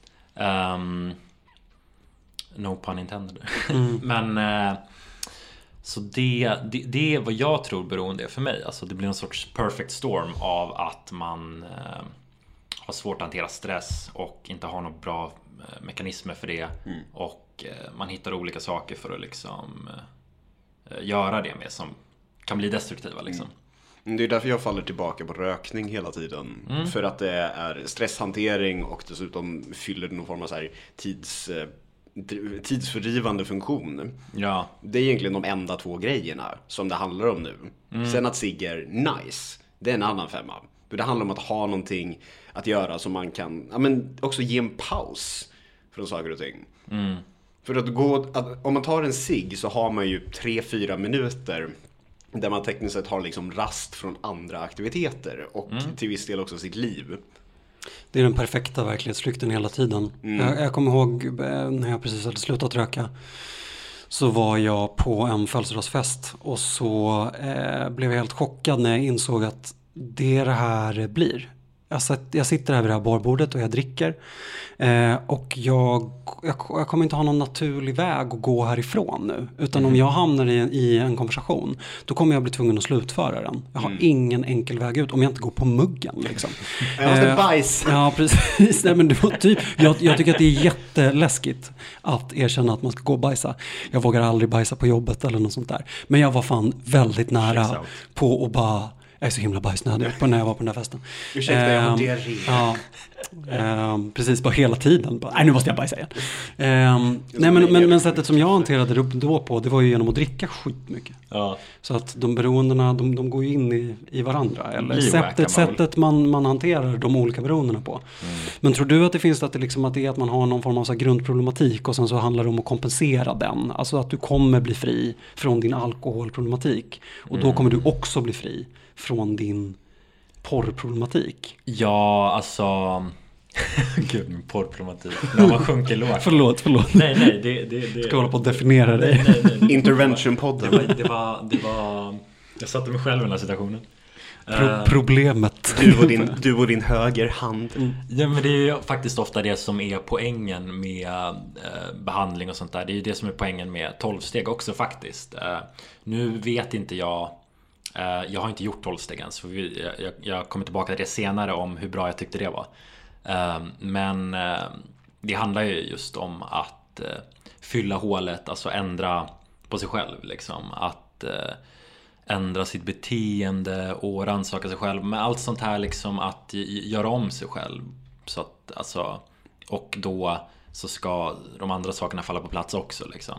No pun intended. Men så det är vad jag tror beroende är för mig. Alltså det blir en sorts perfect storm av att man har svårt att hantera stress och inte har några bra mekanismer för det. Och man hittar olika saker för att liksom göra det med som kan bli destruktiva liksom. Det är därför jag faller tillbaka på rökning hela tiden. För att det är stresshantering och dessutom fyller någon form av så här tidsfördrivande funktion. Ja. Det är egentligen de enda 2 grejerna som det handlar om nu. Sen att cigg är nice, det är en annan femma. För det handlar om att ha någonting att göra som man kan också ge en paus från saker och ting. För om man tar en cigg så har man ju 3-4 minuter där man tekniskt sett har liksom rast från andra aktiviteter och till viss del också sitt liv. Det är den perfekta verklighetsflykten hela tiden. Jag kommer ihåg när jag precis hade slutat röka, så var jag på en födelsedagsfest och så blev jag helt chockad när jag insåg att det här blir. Jag sitter här vid det här barbordet och jag dricker. Och jag kommer inte ha någon naturlig väg att gå härifrån nu. Utan om jag hamnar i en konversation, då kommer jag bli tvungen att slutföra den. Jag har ingen enkel väg ut om jag inte går på muggen. Liksom. Jag måste bajsa. Ja, precis. Nej, men jag tycker att det är jätteläskigt att erkänna att man ska gå och bajsa. Jag vågar aldrig bajsa på jobbet eller något sånt där. Men jag var fan väldigt nära på att bara... Jag är så himla bajsnödig när jag var på den här festen. Ursäkta, jag har diarré. Ja, precis, bara hela tiden. Nej, nu måste jag bajsa igen. Men sättet som jag hanterade det då på, det var ju genom att dricka skitmycket. Ja. Så att de beroendena, de går ju in i varandra. Eller sättet man hanterar de olika beroendena på. Men tror du att det finns att det är att man har någon form av så här grundproblematik och sen så handlar det om att kompensera den? Alltså att du kommer bli fri från din alkoholproblematik. Och då kommer du också bli fri från din porrproblematik. Ja, alltså... Gud, min porrproblematik. När man sjunker lågt. Förlåt. Nej, det... Ska hålla på att definiera dig. Nej. Intervention-podden. Det var... Jag satte mig själv i den här situationen. Problemet. Du och din höger hand. Ja, men det är ju faktiskt ofta det som är poängen med behandling och sånt där. Det är ju det som är poängen med 12-steg också faktiskt. Nu vet inte jag... Jag har inte gjort 12-steg än, så jag kommer tillbaka till det senare om hur bra jag tyckte det var. Men det handlar ju just om att fylla hålet, alltså ändra på sig själv liksom. Att ändra sitt beteende och rannsaka sig själv. Men allt sånt här liksom, att göra om sig själv. Så att, alltså, och då så ska de andra sakerna falla på plats också liksom.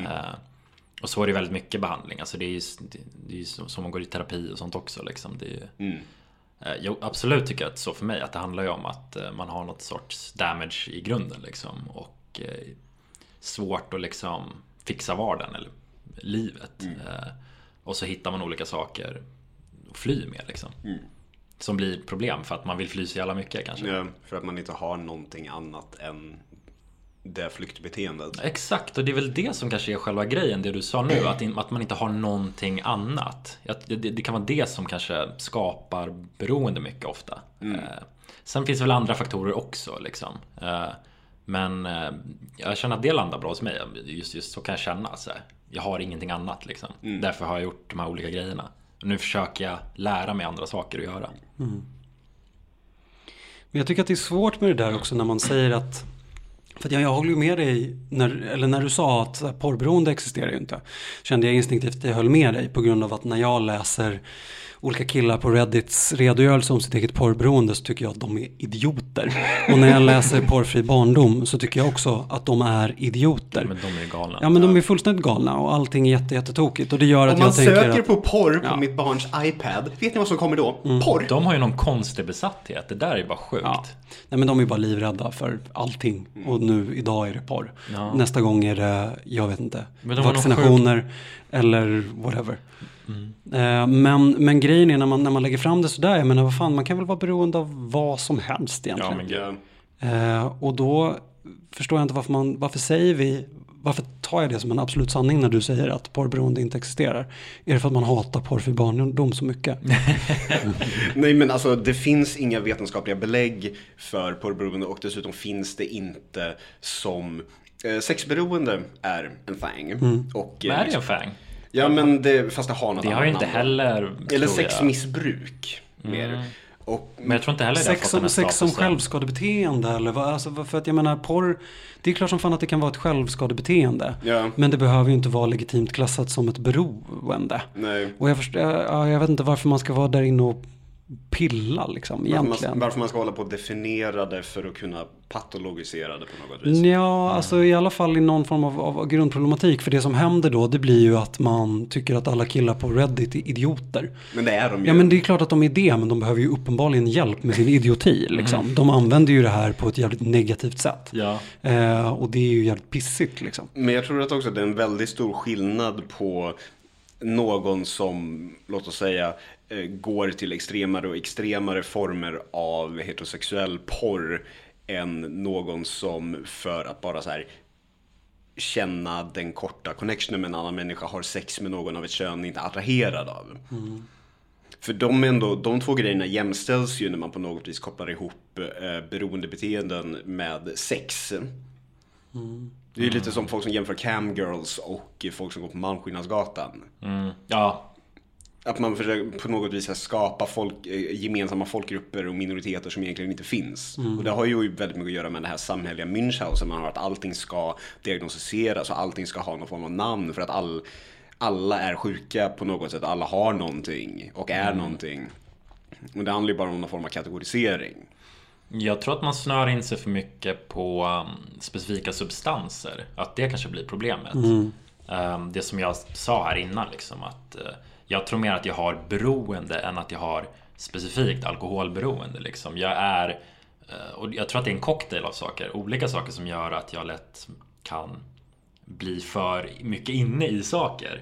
Och så är det väldigt mycket behandling. Alltså det är ju som man går i terapi och sånt också liksom. Det är ju, jag absolut tycker att så för mig att det handlar ju om att man har något sorts damage i grunden liksom. Och svårt att liksom fixa vardagen eller livet. Och så hittar man olika saker att fly med liksom. Som blir problem för att man vill fly så jävla mycket kanske. Ja, för att man inte har någonting annat än det flyktbeteendet. Exakt, och det är väl det som kanske är själva grejen, det du sa nu, att man inte har någonting annat. Det kan vara det som kanske skapar beroende mycket ofta. Sen finns det väl andra faktorer också liksom. Men jag känner att det landar bra hos mig. Just så kan jag känna så här. Jag har ingenting annat liksom. Därför har jag gjort de här olika grejerna. Och nu försöker jag lära mig andra saker att göra. Men jag tycker att det är svårt med det där också när man säger att... För att jag håller ju med dig när du sa att porrberoende existerar ju inte. Kände jag instinktivt att jag höll med dig på grund av att när jag läser olika killar på Reddits redogörelse om sitt eget porrberoende så tycker jag att de är idioter. Och när jag läser porrfri barndom så tycker jag också att de är idioter. Men de är galna. Ja, men de är fullständigt galna och allting är jättetokigt. Och det gör att jag tänker att... Om man söker på porr på mitt barns iPad, vet ni vad som kommer då? Porr! De har ju någon konstig besatthet, det där är ju bara sjukt. Ja. Nej, men de är bara livrädda för allting. Och nu, idag är det porr. Ja. Nästa gång är det, jag vet inte, vaccinationer eller whatever. Men grejen är när man lägger fram det sådär, jag menar vad fan, man kan väl vara beroende av vad som helst egentligen. Ja, men och då förstår jag inte varför tar jag det som en absolut sanning när du säger att porrberoende inte existerar? Är det för att man hatar porrfri barndom så mycket? Nej, men alltså det finns inga vetenskapliga belägg för porrberoende och dessutom finns det inte som sexberoende är en thing. Och, men är det en thing? Ja, men fast det har något annat. Det har ju inte heller... Eller sexmissbruk mer. Men jag tror inte heller det har fått den här sex som statusen. självskadebeteende eller vad, alltså för att jag menar porr, det är klart som fan att det kan vara ett självskadebeteende. Ja. Men det behöver ju inte vara legitimt klassat som ett beroende. Nej. Och jag vet inte varför man ska vara där inne och pilla liksom egentligen. Varför man ska hålla på och definiera det för att kunna patologisera det på något vis. Ja, alltså i alla fall i någon form av grundproblematik. För det som händer då, det blir ju att man tycker att alla killar på Reddit är idioter. Men det är de ju. Ja, men det är klart att de är det, men de behöver ju uppenbarligen hjälp med sin idioti liksom. De använder ju det här på ett jävligt negativt sätt. Ja. Och det är ju jävligt pissigt liksom. Men jag tror att också det är en väldigt stor skillnad på någon som, låt oss säga, går till extremare och extremare former av heterosexuell porr än någon som för att bara så här känna den korta connectionen med en annan människa har sex med någon av ett kön inte är attraherad av. För de två grejerna jämställs ju när man på något vis kopplar ihop beroendebeteenden med sex. Det är ju lite som folk som jämför camgirls och folk som går på Malmskillnadsgatan. Ja. Att man försöker på något vis skapa gemensamma folkgrupper och minoriteter som egentligen inte finns. Och det har ju väldigt mycket att göra med det här samhälleliga Münchhausen. Man har att allting ska diagnostiseras och allting ska ha någon form av namn för att alla är sjuka på något sätt. Alla har någonting och är någonting. Och det handlar ju bara om någon form av kategorisering. Jag tror att man snör in sig för mycket på specifika substanser. Att det kanske blir problemet. Det som jag sa här innan liksom, att jag tror mer att jag har beroende än att jag har specifikt alkoholberoende liksom. Och jag tror att det är en cocktail av saker, olika saker som gör att jag lätt kan bli för mycket inne i saker.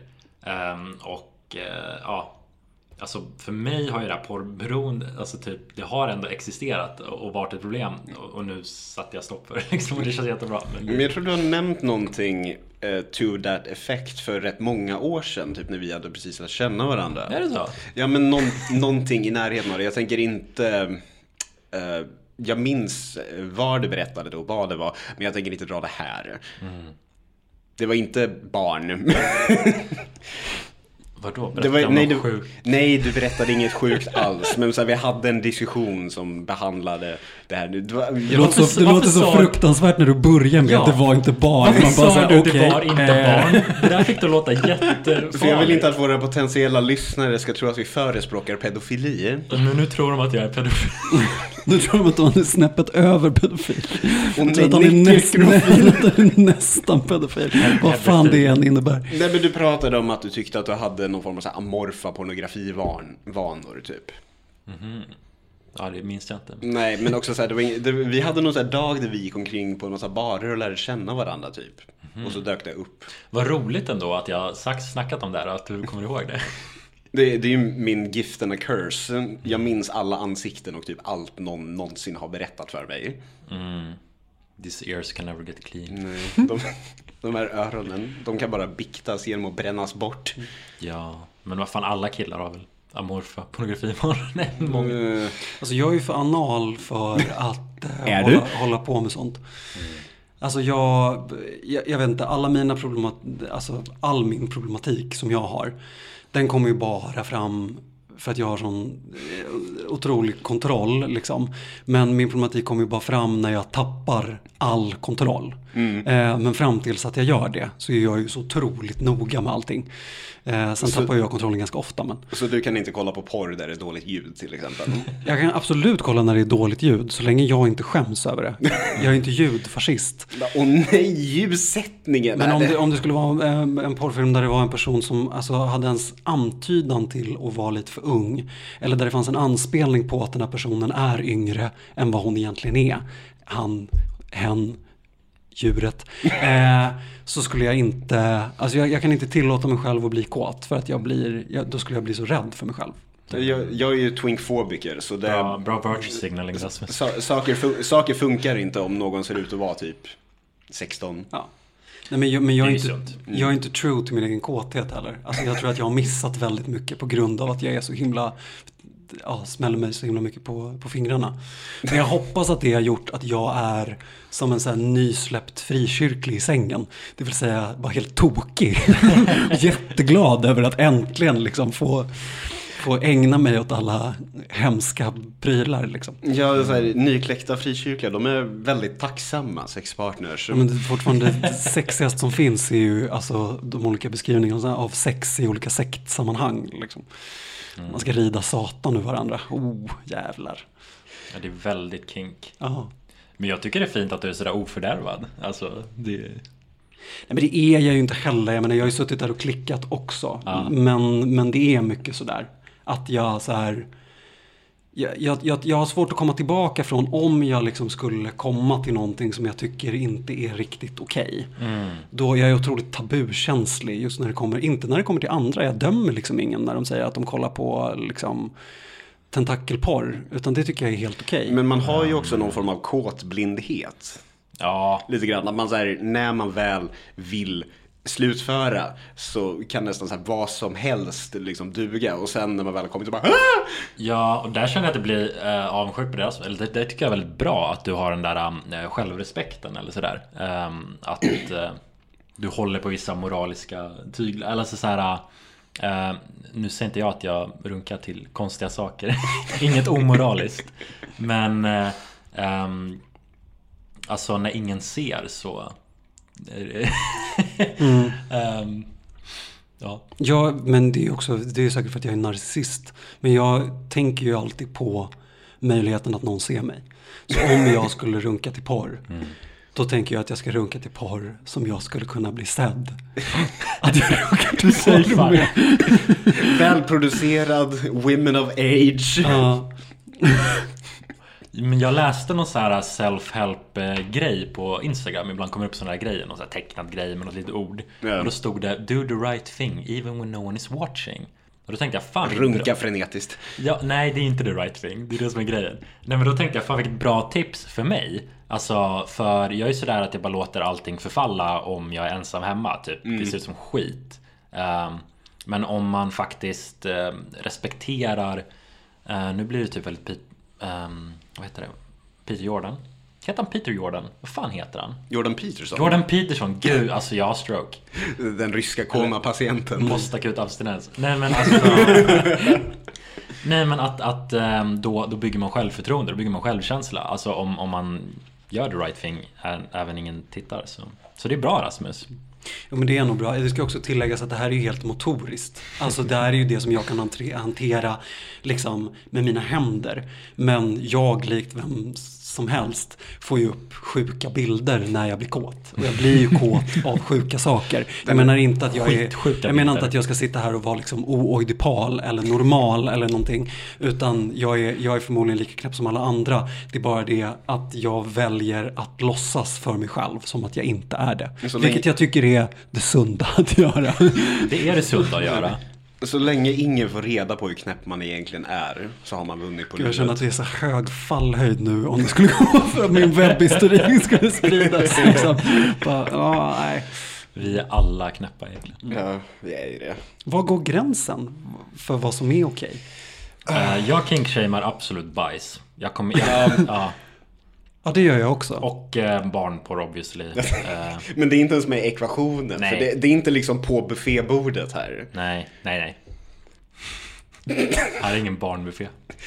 Alltså för mig har ju det här porrberoende, alltså typ, det har ändå existerat och varit ett problem, och nu satte jag stopp för det liksom, och det känns jättebra. Men jag tror du har nämnt någonting to that effect för rätt många år sedan, typ när vi hade precis lärt känna varandra. Är det så? Ja, men någonting i närheten av det. Jag tänker inte... jag minns vad du berättade då, vad det var, men jag tänker inte dra det här. Det var inte barn. Vadå? Nej, du berättade inget sjukt alls. Men så här, vi hade en diskussion som behandlade det här. Det låter så fruktansvärt när du börjar med att det var inte barn. Man bara sa du, det var inte barn. Det där fick du låta jättefarligt. För jag vill inte att våra potentiella lyssnare ska tro att vi förespråkar pedofili. Men nu tror de att jag är pedofil. Nu tror de att de är snäppet över pedofil. Och tror att de är nästan pedofil. Vad fan det än innebär. Nej, men du pratade om att du tyckte att du hade någon form av så här amorfa pornografivanor typ. Ja, det minns jag inte. Nej, men också så här, vi hade någon så här dag där vi gick omkring på en massa barer och lärde känna varandra typ. Och så dök det upp. Vad roligt ändå att jag snackat om det här, att du kommer ihåg det. Det är ju min gift and a curse. Jag minns alla ansikten och typ allt någon någonsin har berättat för mig. These ears can never get clean. Nej, de här öronen, de kan bara biktas genom att brännas bort. Ja, men vad fan, alla killar har väl amorfa pornografivanor? Nej, många. Alltså jag är ju för anal för att hålla på med sånt. Alltså jag vet inte, all min problematik som jag har, den kommer ju bara fram för att jag har sån otrolig kontroll liksom. Men min problematik kommer ju bara fram när jag tappar all kontroll. Men fram tills att jag gör det så är jag ju så otroligt noga med allting. Sen tappar jag kontrollen ganska ofta. Men... Så du kan inte kolla på porr där det är dåligt ljud till exempel? Jag kan absolut kolla när det är dåligt ljud så länge jag inte skäms över det. Jag är inte ljudfascist. Åh nej, ljudsättningen! Men om det skulle vara en porrfilm där det var en person som alltså, hade ens antydan till att vara lite för ung, eller där det fanns en anspelning på att den här personen är yngre än vad hon egentligen är, hen, djuret, så skulle jag inte, alltså jag kan inte tillåta mig själv att bli kåt för att då skulle jag bli så rädd för mig själv. Jag är ju twinkfobiker så det bra virtue signaling. Saker funkar inte om någon ser ut att vara typ 16. Ja. Nej, men jag är inte true till min egen kåthet heller. Alltså jag tror att jag har missat väldigt mycket på grund av att jag är så himla smäller mig så himla mycket på fingrarna. Men jag hoppas att det har gjort att jag är som en sån här nysläppt frikyrklig i sängen. Det vill säga bara helt tokig. Jätteglad över att äntligen liksom få få ägna mig åt alla hemska prylar liksom. Ja, så här, nykläckta frikyrkliga, de är väldigt tacksamma sexpartners. Ja, men det är fortfarande sexigast som finns är ju alltså de olika beskrivningarna av sex i olika sektsammanhang liksom. Man ska rida satan ur varandra. Jävlar. Ja, det är väldigt kink. Ja. Men jag tycker det är fint att du är sådär ofördärvad. Alltså, det... Nej, men det är jag ju inte heller. Jag menar, jag har ju suttit där och klickat också. Ja. Men det är mycket sådär. Att jag så här... Jag har svårt att komma tillbaka från om jag liksom skulle komma till någonting som jag tycker inte är riktigt okej. Då jag är otroligt tabukänslig just när det kommer, inte när det kommer till andra. Jag dömer liksom ingen när de säger att de kollar på liksom tentakelporr, utan det tycker jag är helt okej. Men man har ju också någon form av kåtblindhet. Ja. Lite grann, att man så här, när man väl vill slutföra så kan nästan så här, vad som helst liksom duga, och sen när man väl kommer så bara Ja, och där känner jag att det blir avundsjuk på det. Eller det tycker jag är väldigt bra att du har den där självrespekten eller sådär. Att du håller på vissa moraliska tyglar. Eller så här, nu säger inte jag att jag runkar till konstiga saker. Inget omoraliskt. Men alltså när ingen ser så... Ja, men det är också, det är säkert för att jag är narcissist. Men jag tänker ju alltid på möjligheten att någon ser mig. Så om jag skulle runka till porr, då tänker jag att jag ska runka till porr som jag skulle kunna bli sedd. Att jag runkar till porr med. välproducerad, women of age. Ja. Men jag läste någon så här self-help-grej på Instagram. Ibland kommer upp såna här grejer, någon så här tecknad grej med något litet ord. Ja. Och då stod det do the right thing even when no one is watching. Och då tänkte jag, fan Runka frenetiskt. Ja, nej, det är inte the right thing. Det är det som är grejen. Nej, men då tänkte jag, fan vilket bra tips för mig. Alltså, för jag är sådär att jag bara låter allting förfalla om jag är ensam hemma. Typ, det ser ut som skit. Men om man faktiskt respekterar... nu blir det typ väldigt... vad heter det? Peter Jordan. Heter han Peter Jordan? Vad fan heter han? Jordan Peterson. Jordan Peterson, gud, alltså jag har stroke. Den ryska koma-patienten. Måste akut abstinens. Nej men alltså... nej men att då bygger man självförtroende, då bygger man självkänsla. Alltså om man gör the right thing, även ingen tittar. Så det är bra, Rasmus. Ja, men det är nog bra. Det ska också tilläggas att det här är ju helt motoriskt. Alltså det här är ju det som jag kan hantera liksom med mina händer. Men jag, likt vem som helst, får ju upp sjuka bilder när jag blir kåt. Och jag blir ju kåt av sjuka saker. Jag menar inte att jag menar inte att jag ska sitta här och vara liksom ooidipal eller normal eller någonting. Utan jag är förmodligen lika knäpp som alla andra. Det är bara det att jag väljer att låtsas för mig själv som att jag inte är det. Vilket jag tycker är det sunda att göra. Det är det sunda att göra. Så länge ingen får reda på hur knäpp man egentligen är, så har man vunnit på livet. Jag känner att det är så hög fallhöjd nu om det skulle gå för min webbhistorik skulle spridas. Liksom. Bara, nej. Vi är alla knäppa egentligen. Ja, vi är ju det. Var går gränsen för vad som är okej? Jag kinkshamear absolut bajs. Ja, det gör jag också. Och barnporr obviously. Men det är inte ens med i ekvationen. Nej. För det är inte liksom på buffébordet här. Nej. Här är ingen barnbuffé.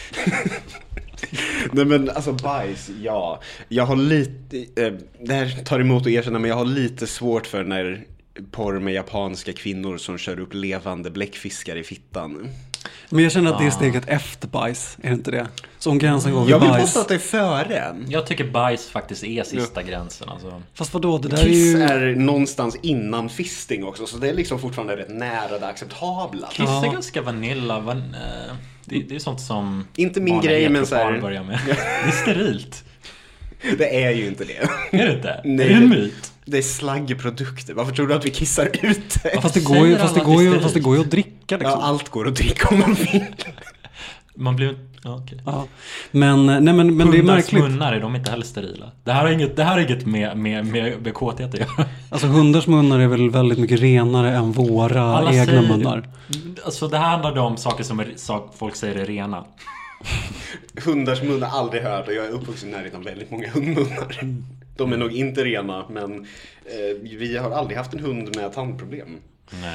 Nej men alltså bajs, ja. Jag har lite, det här tar emot att erkänna, men jag har lite svårt för när porr med japanska kvinnor som kör upp levande bläckfiskar i fittan. Men jag känner att det är steget efter bajs, är det inte det? Så om gränsen går vid jag vill bajs... påstå att det är före. Jag tycker bajs faktiskt är sista gränsen alltså. Fast vadå, det där Kiss är ju... är någonstans innan fisting också, så det är liksom fortfarande rätt nära det acceptabla. Kiss är ganska vanilla. Det är sånt som inte min grej, men så här... börjar med. Det är sterilt. Det är ju inte det. Är det inte? Nej. Det är en myt. Det är slaggprodukter. Varför tror du att vi kissar ut det? Ja, fast det går ju att dricka liksom. Ja, allt går att dricka om man vill. Man blir... Ja, okej. Ja. Men det är märkligt. Munnar är de inte heller sterila. Det här är inget med kåthet att göra. Alltså hundars munnar är väl väldigt mycket renare än våra Alla egna säger, munnar. Alltså det här handlar om saker som folk säger är rena. Hundars munnar har aldrig hört, och jag är uppvuxen i närheten av väldigt många hundmunnar. De är nog inte rena, men vi har aldrig haft en hund med tandproblem. Nej.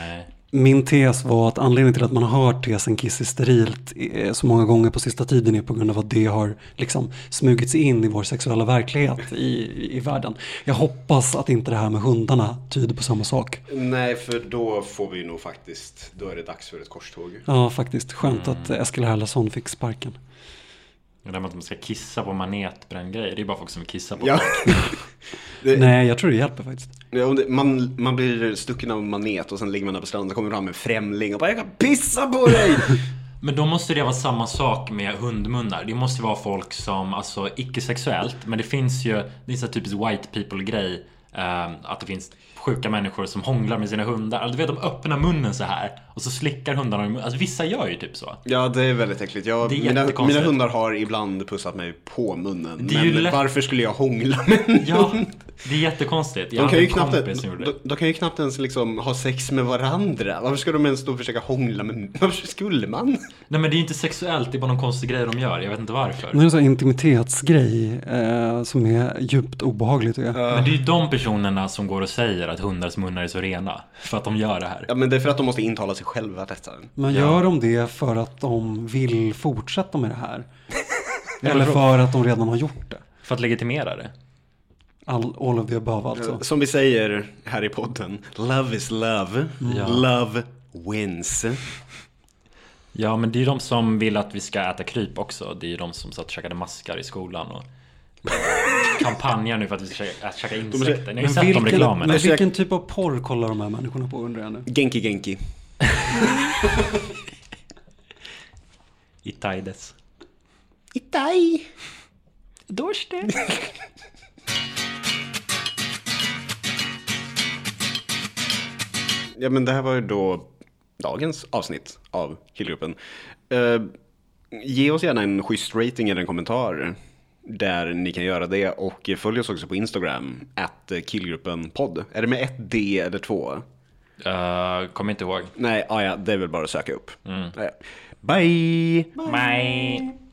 Min tes var att anledningen till att man har hört tesen kiss är sterilt så många gånger på sista tiden är på grund av att det har liksom smugit sig in i vår sexuella verklighet i världen. Jag hoppas att inte det här med hundarna tyder på samma sak. Nej, för då får vi nog faktiskt, då är det dags för ett korståg. Ja, faktiskt. Skönt att Eskil Erlandsson fick sparken. Det där med att man ska kissa på manetbränd grejer, det är bara folk som kissar på Ja. Nej, jag tror det hjälper faktiskt. Ja, man blir stucken av manet och sen ligger man där på stranden och kommer fram en främling och bara, jag kan pissa på dig! Men då måste det vara samma sak med hundmunnar. Det måste vara folk som, alltså icke-sexuellt, men det finns ju, det är så typiskt white people-grej, att det finns sjuka människor som hånglar med sina hundar. Alltså, du vet, de öppnar munnen så här och så slickar hundarna i munnen. Alltså vissa gör ju typ så. Ja, det är väldigt äckligt. Det är mina hundar har ibland pussat mig på munnen. Det är ju men varför skulle jag hångla med en hund? Det är jättekonstigt. De kan ju knappt ens liksom ha sex med varandra. Varför ska de ens då försöka hångla med? Varför skulle man? Nej, men det är inte sexuellt, det är bara någon konstig grej de gör. Jag vet inte varför. Det är en sån intimitetsgrej som är djupt obehagligt. Men det är ju de personerna som går och säger att hundars munnar är så rena. För att de gör det här. Ja, men det är för att de måste intala sig själva detta. Men gör de det för att de vill fortsätta med det här? Eller för att de redan har gjort det? För att legitimera det. All of the above alltså. Som vi säger här i podden, love is love. Ja. Love wins. Ja, men det är ju de som vill att vi ska äta kryp också. Det är ju de som satt och käkade maskar i skolan och kampanjer nu för att vi ska käka insekter. Ni har ju sett de reklamen. Men vilken typ av porr kollar de här människorna på, undrar jag nu? Genki. Itaides. Itai. Dorste. Ja, men det här var ju då dagens avsnitt av Killgruppen. Ge oss gärna en schysst rating eller en kommentar där ni kan göra det. Och följ oss också på Instagram, @killgruppenpodd. Är det med 1D eller 2? Kommer inte ihåg. Nej, ja, det är väl bara att söka upp. Bye! Bye!